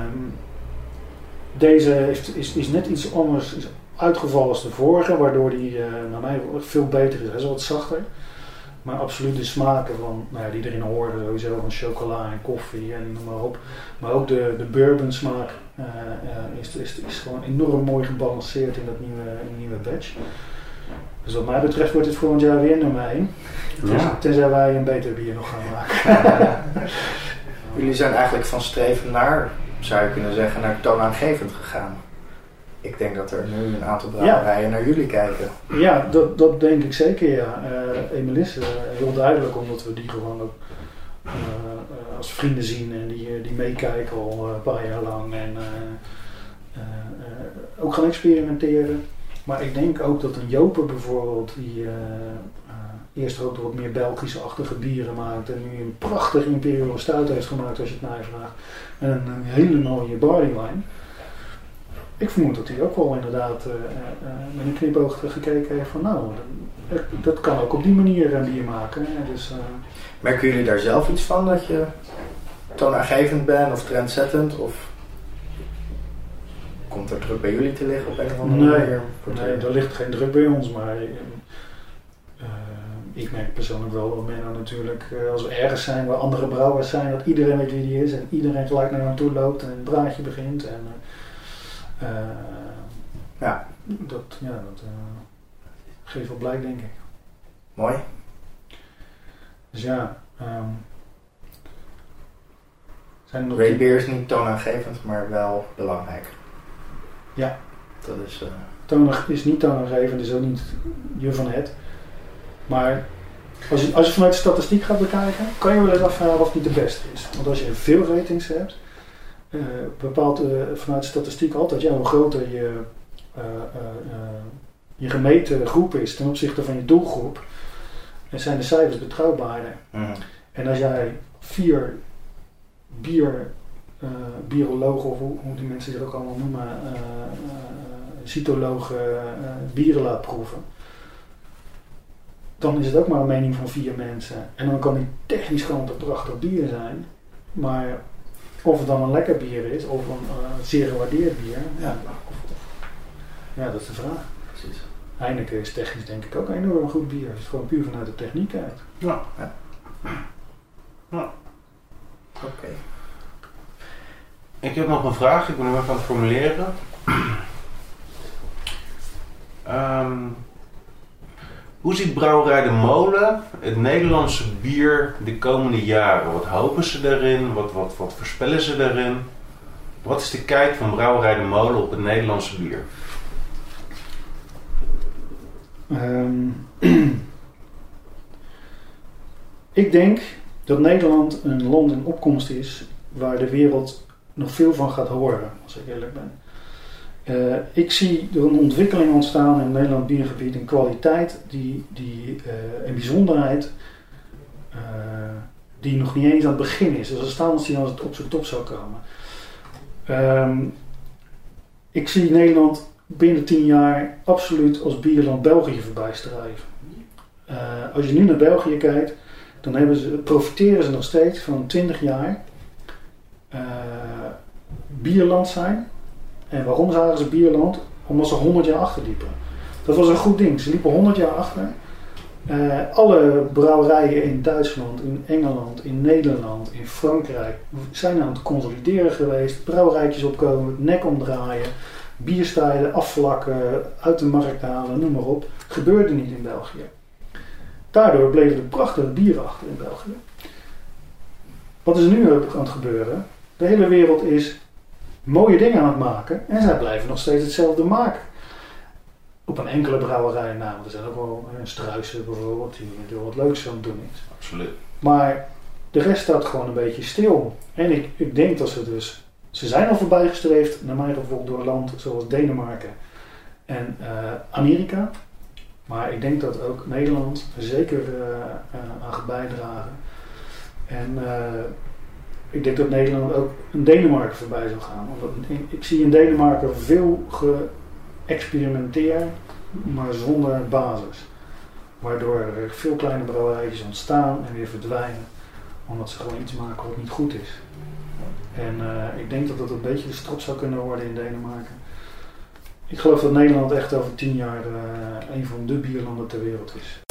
deze heeft, is, is net iets anders is uitgevallen als de vorige, waardoor die uh, naar mij veel beter is. Hij is wat zachter. Maar absoluut de smaken van, nou ja, die erin hoorden, sowieso van chocola en koffie en noem maar op. Maar ook de, de bourbon smaak uh, uh, is, is, is gewoon enorm mooi gebalanceerd in dat nieuwe, in nieuwe batch. Dus wat mij betreft wordt het volgend jaar weer nummer één. Ja. Tenzij wij een beter bier nog gaan maken. Jullie zijn eigenlijk van streven naar, zou je kunnen zeggen, naar toonaangevend gegaan. Ik denk dat er nu een aantal brouwerijen ja. naar jullie kijken. Ja, dat, dat denk ik zeker, ja. Uh, Emilis, uh, heel duidelijk, omdat we die gewoon ook uh, uh, als vrienden zien en die, uh, die meekijken al uh, een paar jaar lang. En uh, uh, uh, ook gaan experimenteren. Maar ik denk ook dat een Joper bijvoorbeeld, die uh, uh, eerst ook wat meer Belgische-achtige bieren maakt en nu een prachtig Imperial Stout heeft gemaakt als je het mij vraagt. En een, een hele mooie barley wine. Ik vermoed dat hij ook wel inderdaad uh, uh, met een knipoog gekeken heeft van nou, dat, dat kan ook op die manier een bier maken. Hè. Dus, uh, merken jullie daar zelf iets van, dat je toonaangevend bent of trendzettend? Of komt er druk bij jullie te liggen op een of andere nee, manier? Nee, er ligt geen druk bij ons, maar uh, uh, ik merk persoonlijk wel dat men natuurlijk, uh, als we ergens zijn waar andere brouwers zijn, dat iedereen weet wie die is en iedereen gelijk naar hem toe loopt en een praatje begint. En, uh, Uh, ja. Dat, ja, dat uh, geeft wel blijk, denk ik. Mooi. Dus ja. Um, zijn Great Beer is niet toonaangevend, maar wel belangrijk. Ja. Dat is... Uh... Toonaang is niet toonaangevend, is ook niet je van het. Maar als je, als je vanuit de statistiek gaat bekijken, kan je wel eens afvragen of het niet de beste is. Want als je veel ratings hebt, Uh, bepaalt uh, vanuit statistiek altijd ja, hoe groter je, uh, uh, uh, je gemeten groep is ten opzichte van je doelgroep, en zijn de cijfers betrouwbaarder. Mm. En als jij vier bier, uh, bierologen, of hoe, hoe die mensen zich ook allemaal noemen, uh, uh, cytologen, uh, bieren laat proeven, dan is het ook maar een mening van vier mensen. En dan kan die technisch gewoon een prachtig bier zijn, maar of het dan een lekker bier is of een uh, zeer gewaardeerd bier, ja, ja, dat is de vraag. Precies. Heineken is technisch denk ik ook een enorm goed bier. Het is gewoon puur vanuit de techniek uit. Ja. ja. ja. Oké. Okay. Ik heb nog een vraag, ik ben hem even aan het formuleren. um, hoe ziet Brouwerij de Molen het Nederlandse bier de komende jaren? Wat hopen ze daarin? Wat, wat, wat voorspellen ze daarin? Wat is de kijk van Brouwerij de Molen op het Nederlandse bier? Um, ik denk dat Nederland een land in opkomst is waar de wereld nog veel van gaat horen, als ik eerlijk ben. Uh, ik zie er een ontwikkeling ontstaan in het Nederland biergebied, een kwaliteit die, die, uh, en bijzonderheid uh, die nog niet eens aan het begin is. Dus als staan als die als het op zijn top zou komen. Um, ik zie Nederland binnen tien jaar absoluut als bierland België voorbij strijven. Uh, als je nu naar België kijkt, dan hebben ze, profiteren ze nog steeds van twintig jaar uh, bierland zijn. En waarom zagen ze bierland? Omdat ze honderd jaar achterliepen. Dat was een goed ding. Ze liepen honderd jaar achter. Uh, alle brouwerijen in Duitsland, in Engeland, in Nederland, in Frankrijk zijn aan het consolideren geweest. Brouwerijtjes opkomen, nek omdraaien. bierstijlen, afvlakken, uit de markt halen, noem maar op. Gebeurde niet in België. Daardoor bleven er prachtige bieren achter in België. Wat is er nu aan het gebeuren? De hele wereld is mooie dingen aan het maken en zij blijven nog steeds hetzelfde maken. Op een enkele brouwerij, nou, er zijn ook wel een Struisen bijvoorbeeld, die er wat leuks aan het doen is. Absoluut. Maar de rest staat gewoon een beetje stil. En ik, ik denk dat ze dus, ze zijn al voorbijgestreefd, naar mijn gevoel, door een land zoals Denemarken en uh, Amerika. Maar ik denk dat ook Nederland er zeker uh, uh, aan gaat bijdragen. En uh, ik denk dat Nederland ook in Denemarken voorbij zal gaan. Omdat ik, ik zie in Denemarken veel geëxperimenteerd, maar zonder basis. Waardoor er veel kleine brouwerijtjes ontstaan en weer verdwijnen. Omdat ze gewoon iets maken wat niet goed is. En uh, ik denk dat dat een beetje de strop zou kunnen worden in Denemarken. Ik geloof dat Nederland echt over tien jaar uh, een van de bierlanden ter wereld is.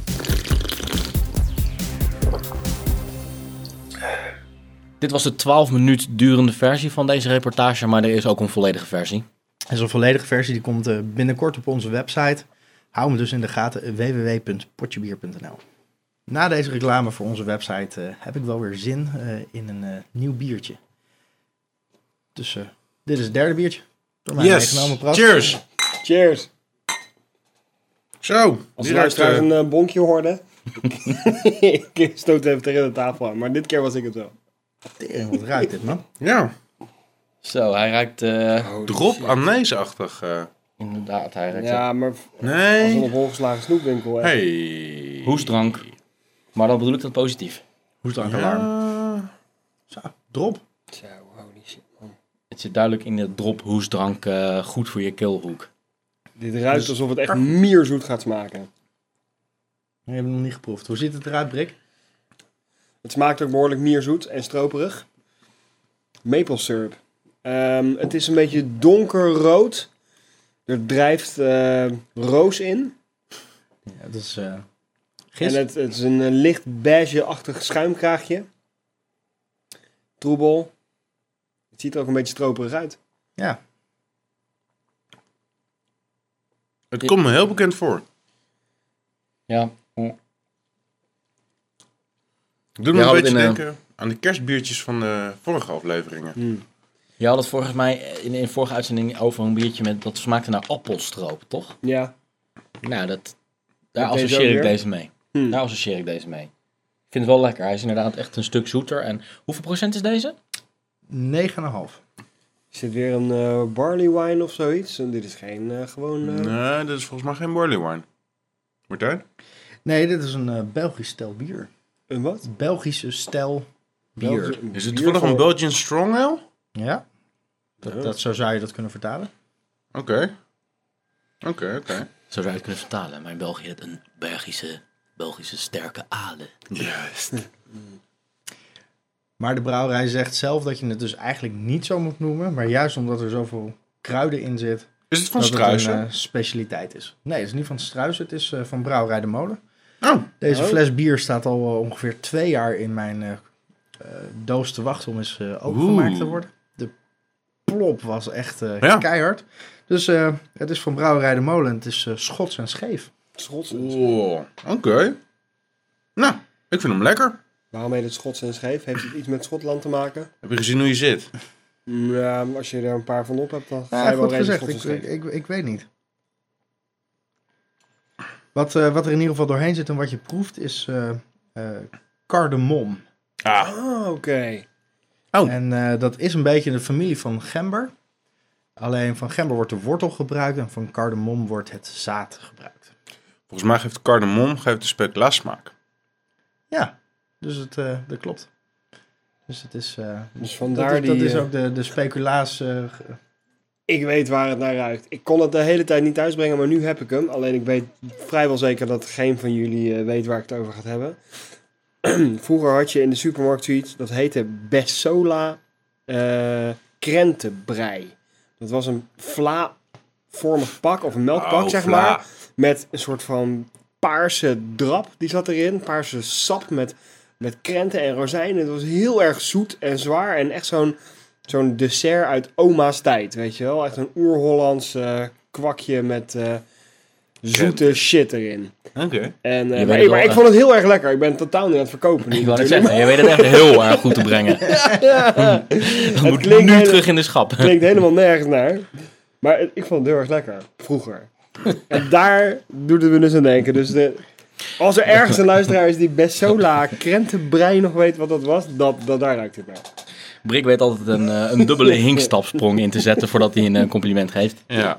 Dit was de twaalf minuut durende versie van deze reportage, maar er is ook een volledige versie. En zo'n volledige versie die komt uh, binnenkort op onze website. Hou me dus in de gaten, w w w punt potjebier punt n l. Na deze reclame voor onze website uh, heb ik wel weer zin uh, in een uh, nieuw biertje. Dus uh, dit is het derde biertje. Door mij Yes, meegenomen. Proost. cheers. Cheers. Zo, Als die we ruikt, trouwens uh, een uh, bonkje hoorden. Ik stoot even tegen de tafel aan, maar dit keer was ik het wel. Tering, wat ruikt dit, man? ja, Zo, hij ruikt... Uh, drop aneesachtig. Uh. inderdaad, hij ruikt... Ja, maar als een Nee. op holgeslagen snoepwinkel. Hè. Hey. Hoestdrank. Maar dan bedoel ik dat positief. Hoestdrankalarm. Ja. Zo, drop. Zo, holy shit, man. Het zit duidelijk in de drop hoestdrank uh, goed voor je keelhoek. Dit ruikt Dus- alsof het echt mierzoet gaat smaken. We hebben hem nog niet geproefd. Hoe ziet het eruit, Brik? Het smaakt ook behoorlijk mierzoet en stroperig. Maple syrup. Um, het is een beetje donkerrood. Er drijft uh, roos in. Ja, dat is uh, gist. En het, het is een uh, licht beige-achtig schuimkraagje. Troebel. Het ziet er ook een beetje stroperig uit. Ja, Het komt me heel bekend voor. Ja. Ik doe me Ja, een had beetje het in, uh, denken aan de kerstbiertjes van de vorige afleveringen. Hmm. Je had het volgens mij in een vorige uitzending over een biertje met dat smaakte naar appelstroop, toch? Ja. Nou, dat, daar Met deze associeer ook ik weer? deze mee. Hmm. Daar associeer ik deze mee. Ik vind het wel lekker. Hij is inderdaad echt een stuk zoeter. En hoeveel procent is deze? negen komma vijf. Is dit weer een uh, barley wine of zoiets? En dit is geen uh, gewoon... Uh... Nee, dat is volgens mij geen barley wine. Martijn? Nee, dit is een uh, Belgisch stijl bier. Een wat? Belgische stijl bier. Belgisch- Is het bier toevallig een voor- Belgian Strong Ale? Ja, dat, Ja. dat, zo zou je dat kunnen vertalen. Oké. Oké, oké. Zo zou je het kunnen vertalen. Maar in België het een Belgische, Belgische sterke ale. Juist. Maar de brouwerij zegt zelf dat je het dus eigenlijk niet zo moet noemen. Maar juist omdat er zoveel kruiden in zit, Is het van dat het Struisen? een uh, specialiteit is. Nee, het is niet van Struisen. Het is uh, van Brouwerij de Molen. Oh, Deze Oh. fles bier staat al uh, ongeveer twee jaar in mijn uh, uh, doos te wachten om eens uh, opengemaakt Oeh. te worden. De plop was echt uh, Ja. keihard. Dus uh, het is van Brouwerij de Molen. Het is uh, Schots en scheef. Schots. oh. Oké. Nou, ik vind hem lekker. Waarom heet het Schots en scheef? Heeft het iets met Schotland te maken? Heb je gezien hoe je zit? Ja, als je er een paar van op hebt, dan ga Ja, je wel goed redelijk gezegd. Schots en Ik, scheef. ik, ik, ik weet niet. Wat, uh, wat er in ieder geval doorheen zit en wat je proeft is uh, uh, cardamom. Ah. Ah, oké. Oh. En uh, dat is een beetje de familie van gember. Alleen van gember wordt de wortel gebruikt en van cardamom wordt het zaad gebruikt. Volgens mij geeft cardamom geeft de specula smaak. Ja, dus het, uh, dat klopt. Dus het is, uh, Dus dat, vandaar is, die... dat is eh, ook de, de speculaas. Uh, Ik weet waar het naar ruikt. Ik kon het de hele tijd niet thuisbrengen, maar nu heb ik hem. Alleen ik weet vrijwel zeker dat geen van jullie uh, weet waar ik het over ga hebben. Vroeger had je in de supermarkt zoiets, dat heette Bessola uh, krentenbrei. Dat was een vla-vormig pak, of een melkpak Oh, zeg vla. maar. Met een soort van paarse drap, die zat erin. Paarse sap met, met krenten en rozijnen. Het was heel erg zoet en zwaar en echt zo'n zo'n dessert uit oma's tijd, weet je wel? Echt een oer-Hollands uh, kwakje met uh, zoete shit erin. Oké. Okay. En uh, maar, maar ik vond het heel erg lekker. Ik ben totaal niet aan het verkopen. Ik wou net zeggen, je weet het echt heel erg goed te brengen. ja, ja. Het moet nu hele, terug in de schap. Het klinkt helemaal nergens naar. Maar het, ik vond het heel erg lekker. Vroeger. En daar doet het me dus aan denken. Dus de, als er ergens een luisteraar is die Bessola krentenbrei nog weet wat dat was, dat, dat daar ruikt het naar. Brik weet altijd een, uh, een dubbele hinkstapsprong in te zetten voordat hij een uh, compliment geeft. Ja.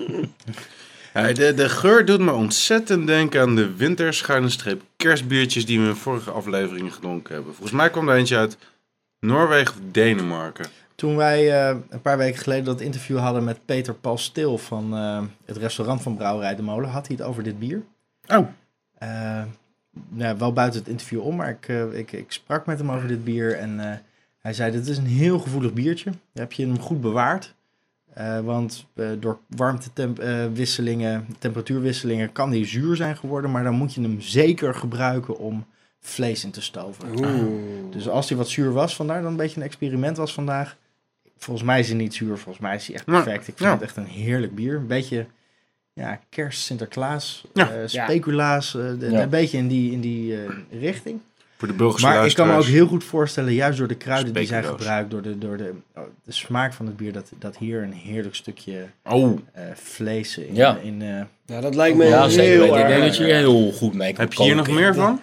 ja de, de geur doet me ontzettend denken aan de winterschuine-streep kerstbiertjes die we in vorige afleveringen gedronken hebben. Volgens mij kwam er eentje uit Noorwegen of Denemarken. Toen wij uh, een paar weken geleden dat interview hadden met Peter Paul Stil van uh, het restaurant van Brouwerij de Molen, had hij het over dit bier. Oh. Uh, nou, wel buiten het interview om, maar ik, uh, ik, ik sprak met hem over dit bier en uh, hij zei, dit is een heel gevoelig biertje. Dan heb je hem goed bewaard. Uh, want uh, door warmtewisselingen, uh, temperatuurwisselingen kan die zuur zijn geworden, maar dan moet je hem zeker gebruiken om vlees in te stoven. Oeh. Dus als hij wat zuur was, vandaar dan een beetje een experiment was vandaag. Volgens mij is hij niet zuur, volgens mij is hij echt perfect. Ik vind ja. het echt een heerlijk bier. Een beetje ja, kerst, Sinterklaas, ja. uh, speculaas, uh, de, ja. een beetje in die, in die uh, richting. Voor de Belgische maar ik kan me ook heel goed voorstellen, juist door de kruiden Speculaas. die zijn gebruikt, door de, door de, oh, de smaak van het bier, dat, dat hier een heerlijk stukje oh. uh, vlees in... Ja. in uh, ja, dat lijkt me ja, heel zeker. erg. Ik denk dat je hier heel goed mee kan Heb je hier nog meer van?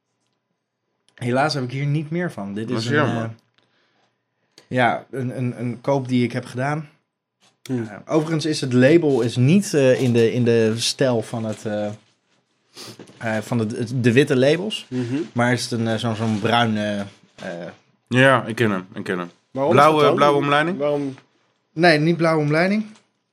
Helaas heb ik hier niet meer van. Dit Dat is is een, jammer. uh, ja, een, een, een koop die ik heb gedaan. Hm. Uh, overigens is het label is niet uh, in, de, in de stijl van, het, uh, uh, van de, de witte labels. Mm-hmm. Maar is het een, uh, zo'n, zo'n bruin... Uh, uh, ja, ik ken hem. Ik ken hem. Waarom Blauwe, blauwe omleiding? Waarom? nee, niet blauwe omleiding.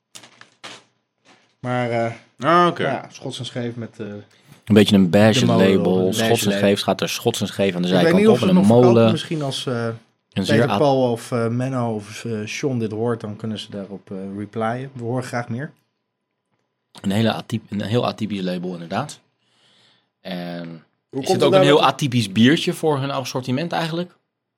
Maar uh, Ah, oké. okay. ja, schots en scheef met... Uh, Een beetje een beige De molen, label. een beige Schots en label. scheef gaat er schots en scheef aan de ik weet zijkant niet op. of En ze een nog verkopen. molen. Misschien als uh, Een zeer Peter at- Paul of uh, Menno of uh, Sean dit hoort, dan kunnen ze daarop uh, replyen. We horen graag meer. een, hele atyp- een heel atypisch label inderdaad. En Hoe is komt het ook nou een heel dat- atypisch biertje voor hun assortiment eigenlijk?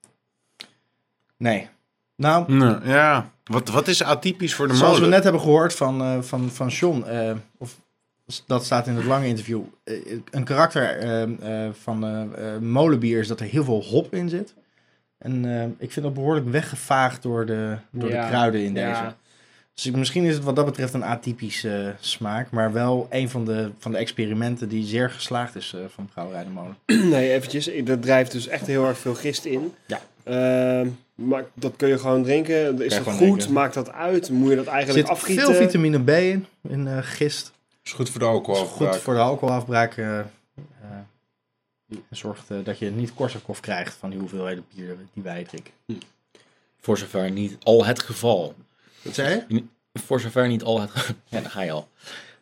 Nee. Nou, Nee, ja. Wat, wat is atypisch voor de zoals molen? we net hebben gehoord van, uh, van, van Sean, uh, of dat staat in het lange interview. Uh, een karakter uh, uh, van uh, uh, molenbier is dat er heel veel hop in zit. En uh, ik vind dat behoorlijk weggevaagd door de, door Ja, de kruiden in ja. deze. Dus ik, misschien is het wat dat betreft een atypische uh, smaak, maar wel een van de, van de experimenten die zeer geslaagd is uh, van Brouwerij de Molen. Nee, eventjes. Er drijft dus echt heel erg veel gist in. Ja. Uh, maar dat kun je gewoon drinken. Is dat gewoon goed? drinken. Maakt dat uit? Moet je dat Er eigenlijk zit afgieten? veel vitamine B in, in uh, gist. Is goed voor de Dat is alcoholafbraak. goed voor de alcoholafbraak. Uh, uh, zorgt uh, dat je niet Korsakoff krijgt van die hoeveelheden bier die wij drinken. Voor zover niet al het geval. Wat zei je? Voor zover niet al het geval. Ja, daar ga je al.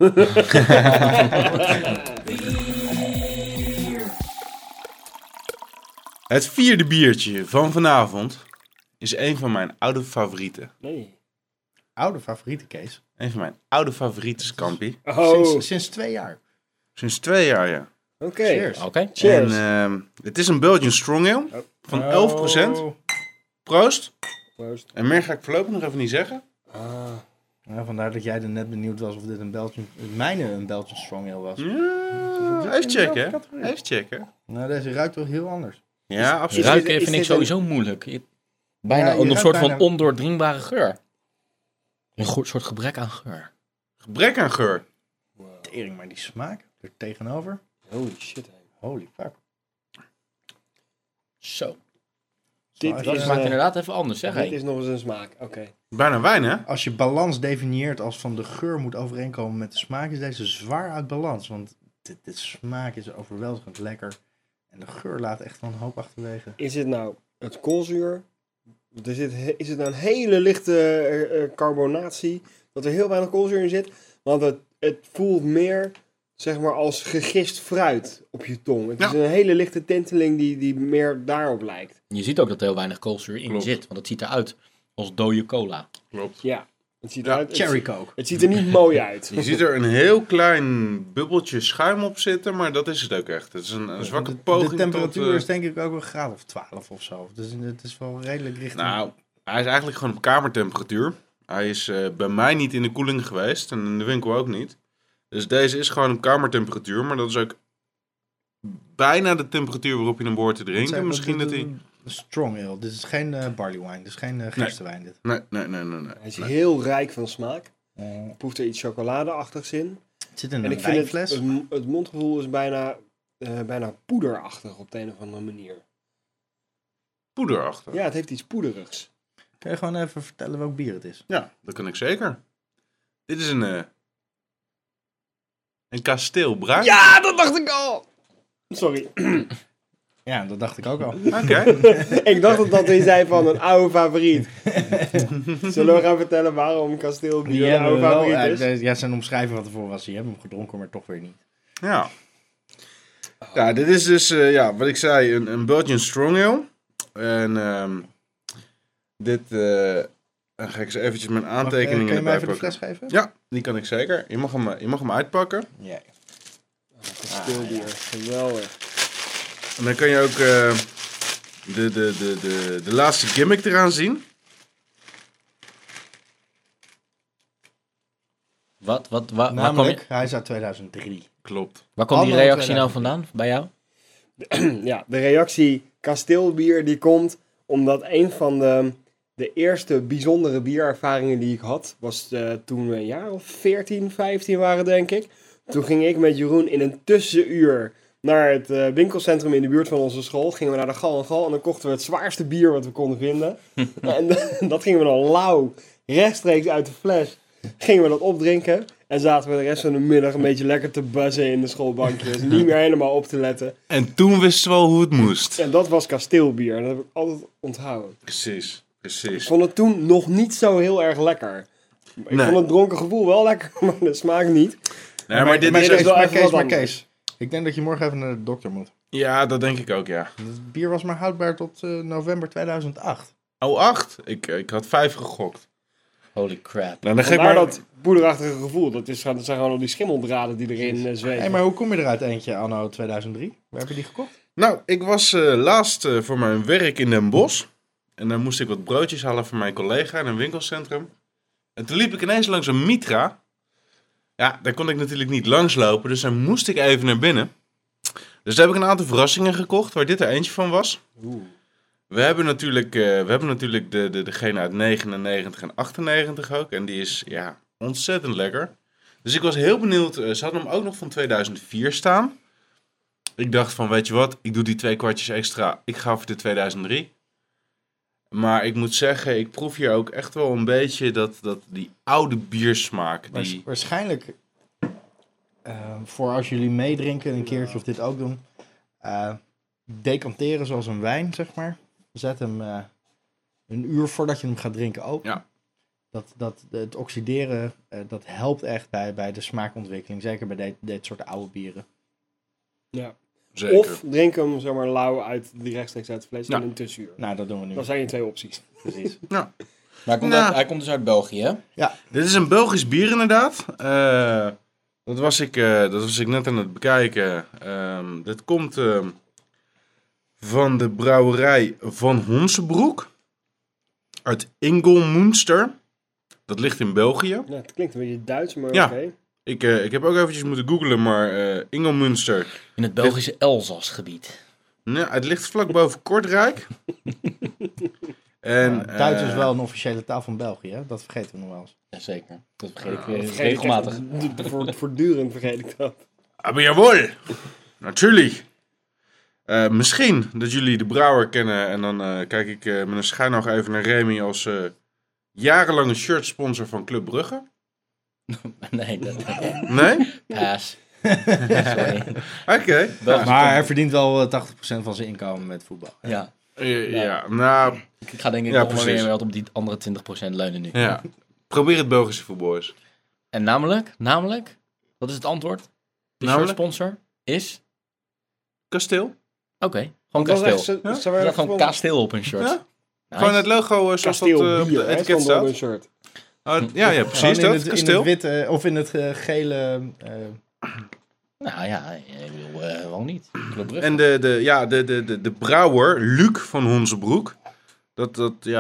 Het vierde biertje van vanavond is een van mijn oude favorieten. Nee. Oude favoriete, Kees. Een van mijn oude favorieten, Scampi. Oh, Sinds, sinds twee jaar. Sinds twee jaar, ja. oké. Cheers. Oké. Cheers. En ehm, het is een Belgian Strong Ale van elf procent. Oh. Proost. Proost. En meer ga ik voorlopig nog even niet zeggen. Ah. Ja, vandaar dat jij er net benieuwd was of dit een Belgian, mijne een Belgian Strong Ale was. Ja, even checken. Even checken. Nou, deze ruikt toch heel anders. Ja, absoluut. Is dit- Ruiken is vind ik dit sowieso moeilijk. Je- Bijna Ja, je een ruikt soort van bijna- ondoordringbare geur. Een go- soort gebrek aan geur. Gebrek aan geur. Tering, maar die smaak er tegenover. Holy shit. Hè. Holy fuck. Zo. Dit Als Dat je- is, smaakt eh, inderdaad even anders, zeg Dit hé. is nog eens een smaak. Oké. Bijna wijn, hè? Als je balans definieert als van de geur moet overeenkomen met de smaak, is deze zwaar uit balans. Want de, de smaak is overweldigend lekker. En de geur laat echt wel een hoop achterwege. Is het nou het koolzuur? Er zit, he- is het nou een hele lichte eh, eh, carbonatie? Dat er heel weinig koolzuur in zit? Want het, het voelt meer, zeg maar, als gegist fruit op je tong. Het is Ja. een hele lichte tinteling die, die meer daarop lijkt. Je ziet ook dat er heel weinig koolzuur in Klopt. zit. Want het ziet eruit als dode cola. Klopt. Ja. Het ziet, Ja, eruit, het, Cherry Coke. het ziet er niet mooi uit. Je ziet er een heel klein bubbeltje schuim op zitten, maar dat is het ook echt. Het is een, een zwakke De, poging de temperatuur tot... eh, is denk ik ook een graad of twaalf of zo. Dus het is wel redelijk richting. nou, Hij is eigenlijk gewoon op kamertemperatuur. Hij is uh, bij mij niet in de koeling geweest en in de winkel ook niet. Dus deze is gewoon op kamertemperatuur, maar dat is ook bijna de temperatuur waarop je hem behoort te drinken. Zijn, Misschien dit, dat hij... Strong ale. Dit is geen uh, barley wine. Dit is geen uh, gerstewijn. Dit. Nee, nee, nee, nee. nee. Hij is nee. heel rijk van smaak. Uh, Je proeft er iets chocoladeachtigs in. het zit in En een ik vind het, wijnfles. het, het mondgevoel is bijna, uh, bijna poederachtig op de een of andere manier. Poederachtig. Ja, het heeft iets poederigs. Kun je gewoon even vertellen welk bier het is? Ja, dat kan ik zeker. Dit is een... Uh, een kasteelbruin. Ja, dat dacht ik al! Sorry. Ja, dat dacht ik ook al. Oké. Ik dacht dat dat hij zei van een oude favoriet. Zullen we gaan vertellen waarom kasteelbier Die een hebben oude we wel, favoriet uh, is? ja, zijn omschrijving van tevoren was, die hebben hem gedronken, maar toch weer niet. Ja. Ja, dit is dus, uh, ja, wat ik zei, een, een Belgian Strong Ale. En um, dit, uh, dan ga ik eens eventjes mijn Mag, uh, aantekeningen kun je mij erbij even de pakken. fles geven? Ja, die kan ik zeker. Je mag hem, je mag hem uitpakken. Ja. Kasteelbier, geweldig. En dan kan je ook uh, de, de, de, de, de laatste gimmick eraan zien. Wat, wat, wa- waar, kwam Namelijk, je, hij is uit tweeduizend drie. Klopt. waar kwam die Anno reactie nou tweeduizend vandaan bij jou? Ja, de reactie kasteelbier die komt omdat een van de, de eerste bijzondere bierervaringen die ik had, was uh, toen we een jaar of veertien, vijftien waren denk ik. Toen ging ik met Jeroen in een tussenuur naar het uh, winkelcentrum in de buurt van onze school. Gingen we naar de Gal en Gal en dan kochten we het zwaarste bier wat we konden vinden. En dat gingen we dan lauw, rechtstreeks uit de fles, gingen we dat opdrinken. En zaten we de rest van de middag een beetje lekker te buzzen in de schoolbankjes. Niet meer helemaal op te letten. En toen wisten we al hoe het moest. En dat was kasteelbier. En dat heb ik altijd onthouden. Precies, Ik precies. vond het toen nog niet zo heel erg lekker. Ik Nee. vond het dronken gevoel wel lekker, maar de smaak niet. Nee, maar dit maar is... dit is wel maar even Kees, wat maar anders. Kees. Ik denk dat je morgen even naar de dokter moet. Ja, dat denk ik ook, ja. Het bier was maar houdbaar tot uh, november tweeduizend acht. Oh, acht? Ik, ik had vijf gegokt. Holy crap. Nou, dan geef Vandaar maar... dat poederachtige gevoel. Dat, is, dat zijn gewoon al die schimmeldraden die erin uh, zweven. Hey, maar hoe kom je eruit eentje anno tweeduizend drie? Waar heb je die gekocht? Nou, ik was uh, laatst uh, voor mijn werk in Den Bosch. En dan moest ik wat broodjes halen voor mijn collega in een winkelcentrum. En toen liep ik ineens langs een Mitra. Ja, daar kon ik natuurlijk niet langslopen, dus dan moest ik even naar binnen. Dus daar heb ik een aantal verrassingen gekocht, waar dit er eentje van was. Oeh. We hebben natuurlijk, uh, we hebben natuurlijk de, de, degene uit negenennegentig en achtennegentig ook. En die is ja, ontzettend lekker. Dus ik was heel benieuwd. Uh, ze hadden hem ook nog van tweeduizend vier staan. Ik dacht van, weet je wat, ik doe die twee kwartjes extra. Ik ga voor de tweeduizend drie. Maar ik moet zeggen, ik proef hier ook echt wel een beetje dat, dat die oude biersmaak. Waars- Die... Waarschijnlijk, uh, voor als jullie meedrinken een keertje of dit ook doen, uh, decanteren zoals een wijn, zeg maar. Zet hem uh, een uur voordat je hem gaat drinken open. Ja. Dat, dat, het oxideren, uh, dat helpt echt bij, bij de smaakontwikkeling. Zeker bij dit, dit soort oude bieren. Ja. Zeker. Of drink hem zeg maar lauw uit, die rechtstreeks uit de fles Ja. in een tussenuur. Nou, dat doen we nu. Dat zijn je twee opties. Precies. Maar hij komt, Nou. uit- hij komt dus uit België, hè? Dit is een Belgisch bier inderdaad. Uh, dat, was ik, uh, dat was ik net aan het bekijken. Um, dit komt uh, van de brouwerij Van Honsebroek. Uit Ingelmunster. Dat ligt in België. Ja, het klinkt een beetje Duits, maar Ja. oké. Ik, uh, ik heb ook eventjes moeten googlen, maar uh, Ingelmunster. In het Belgische Elzasgebied. Nou, het ligt vlak boven Kortrijk. en, Uh, Duits is uh, wel een officiële taal van België, hè? Dat vergeten we nog wel eens. Jazeker. Dat vergeet ik Dat weer vergeet ik regelmatig. echt. D- voor- Voortdurend vergeet ik dat. Aber jawohl, natuurlijk. Uh, misschien dat jullie de brouwer kennen en dan uh, kijk ik uh, met een schuin nog even naar Remy als uh, jarenlange shirtsponsor van Club Brugge. Nee, dat Nee? paas. Sorry. Oké. Belgisch Maar komt- hij verdient wel uh, tachtig procent van zijn inkomen met voetbal. Ja, Uh, ja, nou, ik ga denk ik Ja, nog maar precies. weer wat op die andere twintig procent leunen nu. ja. Probeer het Belgische voetbal eens. En namelijk, namelijk, wat is het antwoord? De Namelijk? shirtsponsor is... Kasteel? Oké, gewoon Dat was echt kasteel. zo- Ja? zo Er werd staat het gewoon gewoon kasteel op een shirt. Ja. Nice. Gewoon het logo uh, zoals dat uh, op kasteelbier, het hè, etiket stond op een staat. shirt. Oh, ja, ja, precies Gewoon in dat. het, in Kasteel. het witte, of in het uh, gele... uh, Nou ja, ik bedoel, uh, waarom niet? Club Brugge. En de, de, ja, de, de, de, de brouwer, Luc van Honsebroek. Dat, dat, ja.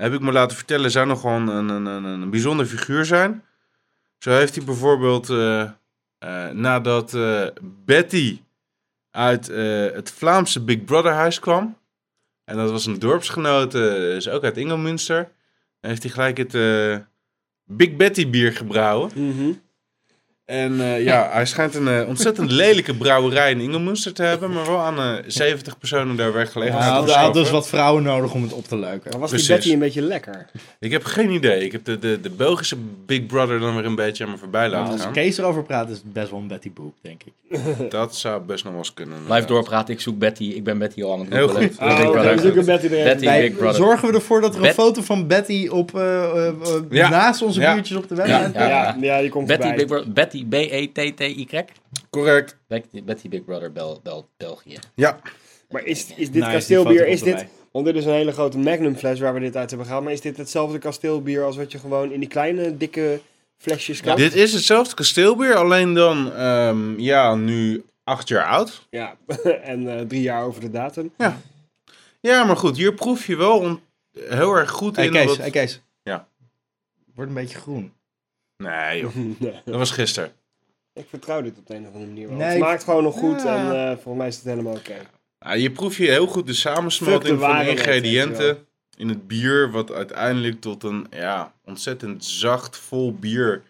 heb ik me laten vertellen, zou nog gewoon een, een, een, een bijzonder figuur zijn. Zo heeft hij bijvoorbeeld, uh, uh, nadat uh, Betty uit uh, het Vlaamse Big Brother huis kwam, en dat was een dorpsgenote, dus ook uit Ingelmünster, dan heeft hij gelijk het uh, Big Betty bier gebrouwen. Mm-hmm. En uh, ja, hij schijnt een uh, ontzettend lelijke brouwerij in Ingelmünster te hebben, maar wel aan uh, zeventig personen daar werkgelegen. Hij had, had dus wat vrouwen nodig om het op te leuken. Maar was Precies. die Betty een beetje lekker? Ik heb geen idee. Ik heb de, de, de Belgische Big Brother dan weer een beetje aan me voorbij laten Nou, als gaan. Kees erover praat, is het best wel een Betty boek, denk ik. Dat zou best nog wel eens kunnen. Blijf doorpraten, ik zoek Betty. Ik ben Betty al aan het Heel googlen. goed. Big Oh, Brother. okay, we zoeken Betty erin. Betty Wij Big Brother. zorgen we ervoor dat er een Bet- foto van Betty op, uh, uh, uh, Ja. naast onze Ja. biertjes op de website. Ja. Ja, ja, die komt Betty erbij. Big Brother. Betty, B E T T Y. Correct. Betty, Betty Big Brother, Bel, Bel, België. Ja. Maar is, is dit Nou, is die kasteelbier, foto is komt dit... erbij. Want dit is een hele grote Magnum fles waar we dit uit hebben gehaald. Maar is dit hetzelfde kasteelbier als wat je gewoon in die kleine, dikke flesjes koopt? Dit is hetzelfde kasteelbier, alleen dan um, ja, nu acht jaar oud. Ja, en uh, drie jaar over de datum. Ja, maar goed, hier proef je wel on- heel erg goed Hey in. Kees, wat... hey Kees. Ja. Wordt een beetje groen. Nee joh, Nee. dat was gisteren. Ik vertrouw dit op de een of andere manier wel. Nee, Het smaakt gewoon nog goed ja. en uh, volgens mij is het helemaal oké. Ja, je proef je heel goed de Fuck samensmelting de van de ware wet, weet je ingrediënten in het bier, wat uiteindelijk tot een ja, ontzettend zacht, vol bier.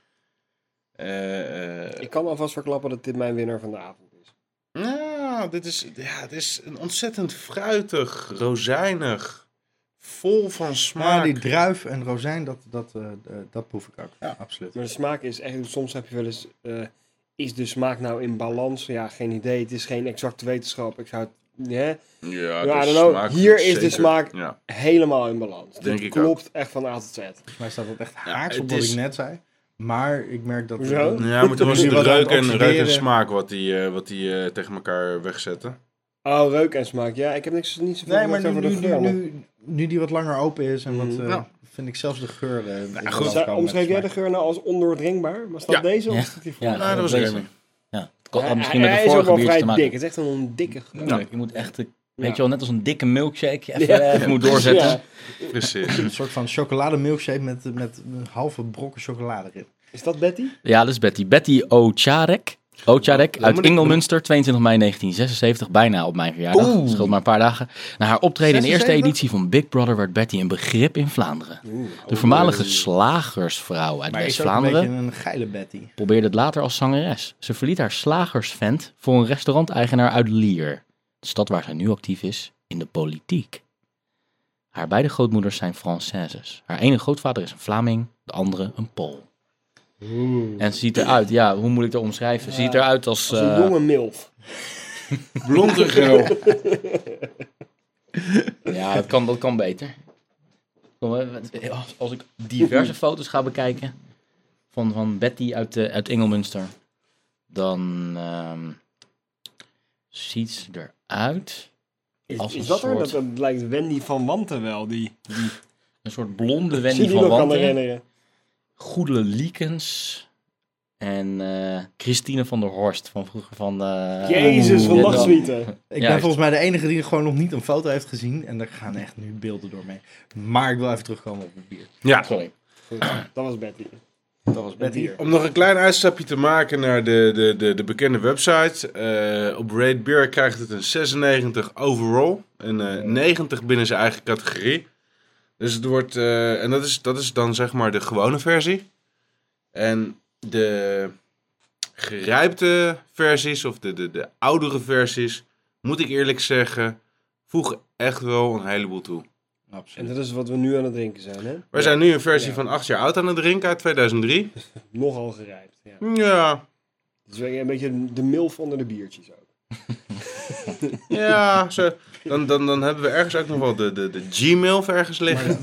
Uh, uh, Ik kan alvast verklappen dat dit mijn winnaar van de avond is. Nou, dit is, ja, het is een ontzettend fruitig, rozijnig, vol van Maar smaak. die druif en rozijn, dat, dat, uh, uh, dat proef ik ook. Ja, absoluut. Maar de smaak is echt... Soms heb je wel eens... Uh, is de smaak nou in balans? Ja, geen idee. Het is geen exacte wetenschap. Ik zou het... Yeah, Ja, Ja, de I don't know. smaak Hier vind ik is de zeker- smaak- Ja. helemaal in balans. Denk Dit ik klopt echt van A tot Z. Volgens mij staat dat echt Ja, haaks het op wat is- ik net zei. Maar ik merk dat... Hoezo? Ja, maar toen was het Die wat aan reuk het en, reuk en oxideren. smaak wat die, uh, wat die uh, tegen elkaar wegzetten. Oh, reuk en smaak. Ja, ik heb niks, niet zoveel Nee, maar gehoord nu, over de nu, geur. nu, nog. nu, nu die wat langer open is en wat... Mhm. Uh, Ja. vind ik zelfs de geur... Uh, in goed. balans Zou- komen Omschreef met jij de smaak. geur nou als ondoordringbaar? Was dat Ja. deze of Ja. is dat die Ja, vorige? Nou, dat was deze. Remy. Ja, het kan Hij- misschien hij- met de hij is ook vorige wel biertjes vrij te dik. maken. Het is echt een dikke geur. Ja. Je moet echt, eh, weet Ja. je wel, net als een dikke milkshake, even, Ja. even moet doorzetten. Ja. Precies. Een soort van chocolademilkshake met, met een halve brokken chocolade erin. Is dat Betty? Ja, dat is Betty. Betty Ocharek. Ocharek Dan uit moet ik- Ingelmünster, tweeëntwintig mei negentien zesenzeventig, bijna op mijn verjaardag. Oeh. Scheelt maar een paar dagen. Na haar optreden in de eerste zesenzeventig? editie van Big Brother werd Betty een begrip in Vlaanderen. De voormalige slagersvrouw uit Maar is ook een West-Vlaanderen beetje een geile Betty. probeerde het later als zangeres. Ze verliet haar slagersvent voor een restauranteigenaar uit Lier, de stad waar zij nu actief is in de politiek. Haar beide grootmoeders zijn Françaises. Haar ene grootvader is een Vlaming, de andere een Pool. En ze ziet eruit, ja, hoe moet ik dat omschrijven? Ze ziet eruit als... Als een eh, jonge milf. Blond en geel. ja, dat kan, dat kan beter. Kom, hè, Als, als ik diverse foto's ga bekijken van, van Betty uit, de, uit Ingelmünster, dan ehm, ziet ze eruit Is, als is een dat er? soort- Dat, dat lijkt Wendy van Wanten wel. Die, die een soort blonde die Wendy die van nog kan Wanten, herinneren. goede Liekens en eh, Christine van der Horst van vroeger van... eh, Jezus, van Ja, Nachtsuite. Ik ben Juist. volgens mij de enige die gewoon nog niet een foto heeft gezien. En daar gaan echt nu beelden door mee. Maar ik wil even terugkomen op het bier. Ja. Sorry. Goed, dat was Betty. Dat was Betty. bier. Om nog een klein uitstapje te maken naar de, de, de, de bekende website. Uh, op Rate Beer krijgt het een zesennegentig overall. En uh, negentig binnen zijn eigen categorie. Dus het wordt... Uh, en dat is, dat is dan zeg maar de gewone versie. En de gerijpte versies, of de, de, de oudere versies, moet ik eerlijk zeggen, voegen echt wel een heleboel toe. En Absoluut. dat is wat we nu aan het drinken zijn, hè? Wij zijn nu een versie Ja. van acht jaar oud aan het drinken uit tweeduizend drie. Nogal gerijpt. Ja. Ja, Het is wel een beetje de milf onder de biertjes ook. ja zo, dan, dan, dan hebben we ergens ook nog wel de, de, de Gmail ergens liggen.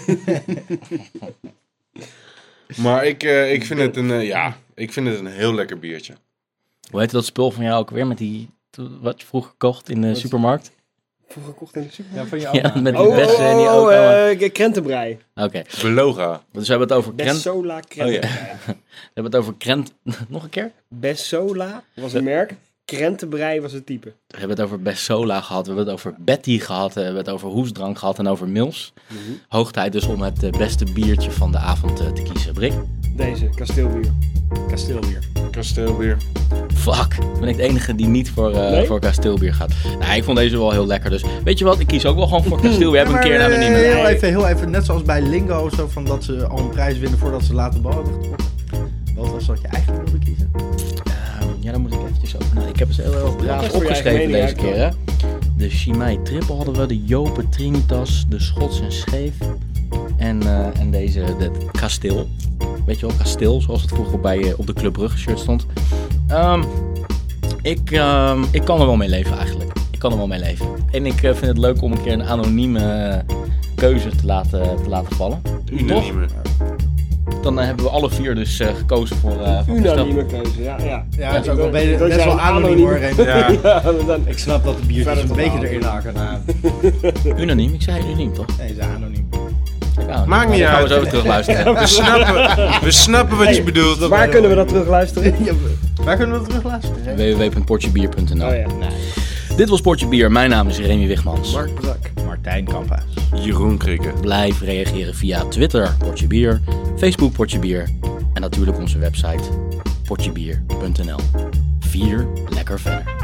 Maar ik, uh, ik, vind het een, uh, ja, ik vind het een heel lekker biertje. Hoe heette dat spul van jou ook weer met die... Wat je vroeger kocht in de Wat? supermarkt? Vroeger gekocht in de super. Ja, van jou. Ja, met die Oh, bessen en die oh, ook. oh, allemaal. eh, krentenbrei. Oké, Beloga. dus we hebben het over krent... Bessola krentenbrei. We hebben het over krent... Nog een keer? Bessola was een merk. krentenbrei was het type. We hebben het over Bessola gehad, we hebben het over Betty gehad, we hebben het over hoesdrank gehad en over Mils. Mm-hmm. Hoog tijd dus om het uh, beste biertje van de avond uh, te kiezen. Brik? Deze, kasteelbier. Kasteelbier. Kasteelbier. Fuck, ben ik de enige die niet voor, uh, Nee? voor kasteelbier gaat. Nou, ik vond deze wel heel lekker, dus weet je wat, ik kies ook wel gewoon voor kasteelbier. We hebben een keer een anonieme. Heel Nee. even, heel even, net zoals bij Lingo, zo van dat ze al een prijs winnen voordat ze later bal hebben getrokken. Wat was wat je eigenlijk wilde kiezen? Uh, ja, daar moet ik eventjes over nadenken. Ik heb ze heel erg braaf even voor je opgeschreven eigen deze mening keer, hè. De Chimay Triple hadden we, de Jopen Trinitas, de Schots en Scheef en, uh, en deze, de Kasteel. Weet je wel, Kasteel, zoals het vroeger bij, uh, op de Club Brugge shirt stond. Um, ik, um, ik kan er wel mee leven eigenlijk. Ik kan er wel mee leven. En ik uh, vind het leuk om een keer een anonieme uh, keuze te laten, te laten vallen. Unanieme. Dan uh, hebben we alle vier dus uh, gekozen voor, uh, voor Kasteel. Unanieme keuze, ja. Ja, Ja, het is ook dat- wel beter, dat best jij wel een anoniem anoniem- hoor. Remy. Ja. Ja, we zijn- Ik snap dat de biertjes Verder een tot beetje anoniem. erin haken. Nou, Unaniem, ik zei unaniem toch? nee, ze zijn anoniem. Ja, Maakt niet dan gaan we uit. zo weer terug luisteren. We snappen, we snappen wat je Hey, bedoelt. Waar kunnen we dat terug luisteren? Ja, waar kunnen we terug luisteren? w w w punt portjebier punt n l Oh ja. Dit was Portje Bier, mijn naam is Remy Wigmans. Mark Brak. Martijn Kamphuis. Jeroen Krikke. Blijf reageren via Twitter, Portje Bier, Facebook Portje Bier en natuurlijk onze website portjebier punt n l. Vier lekker verder.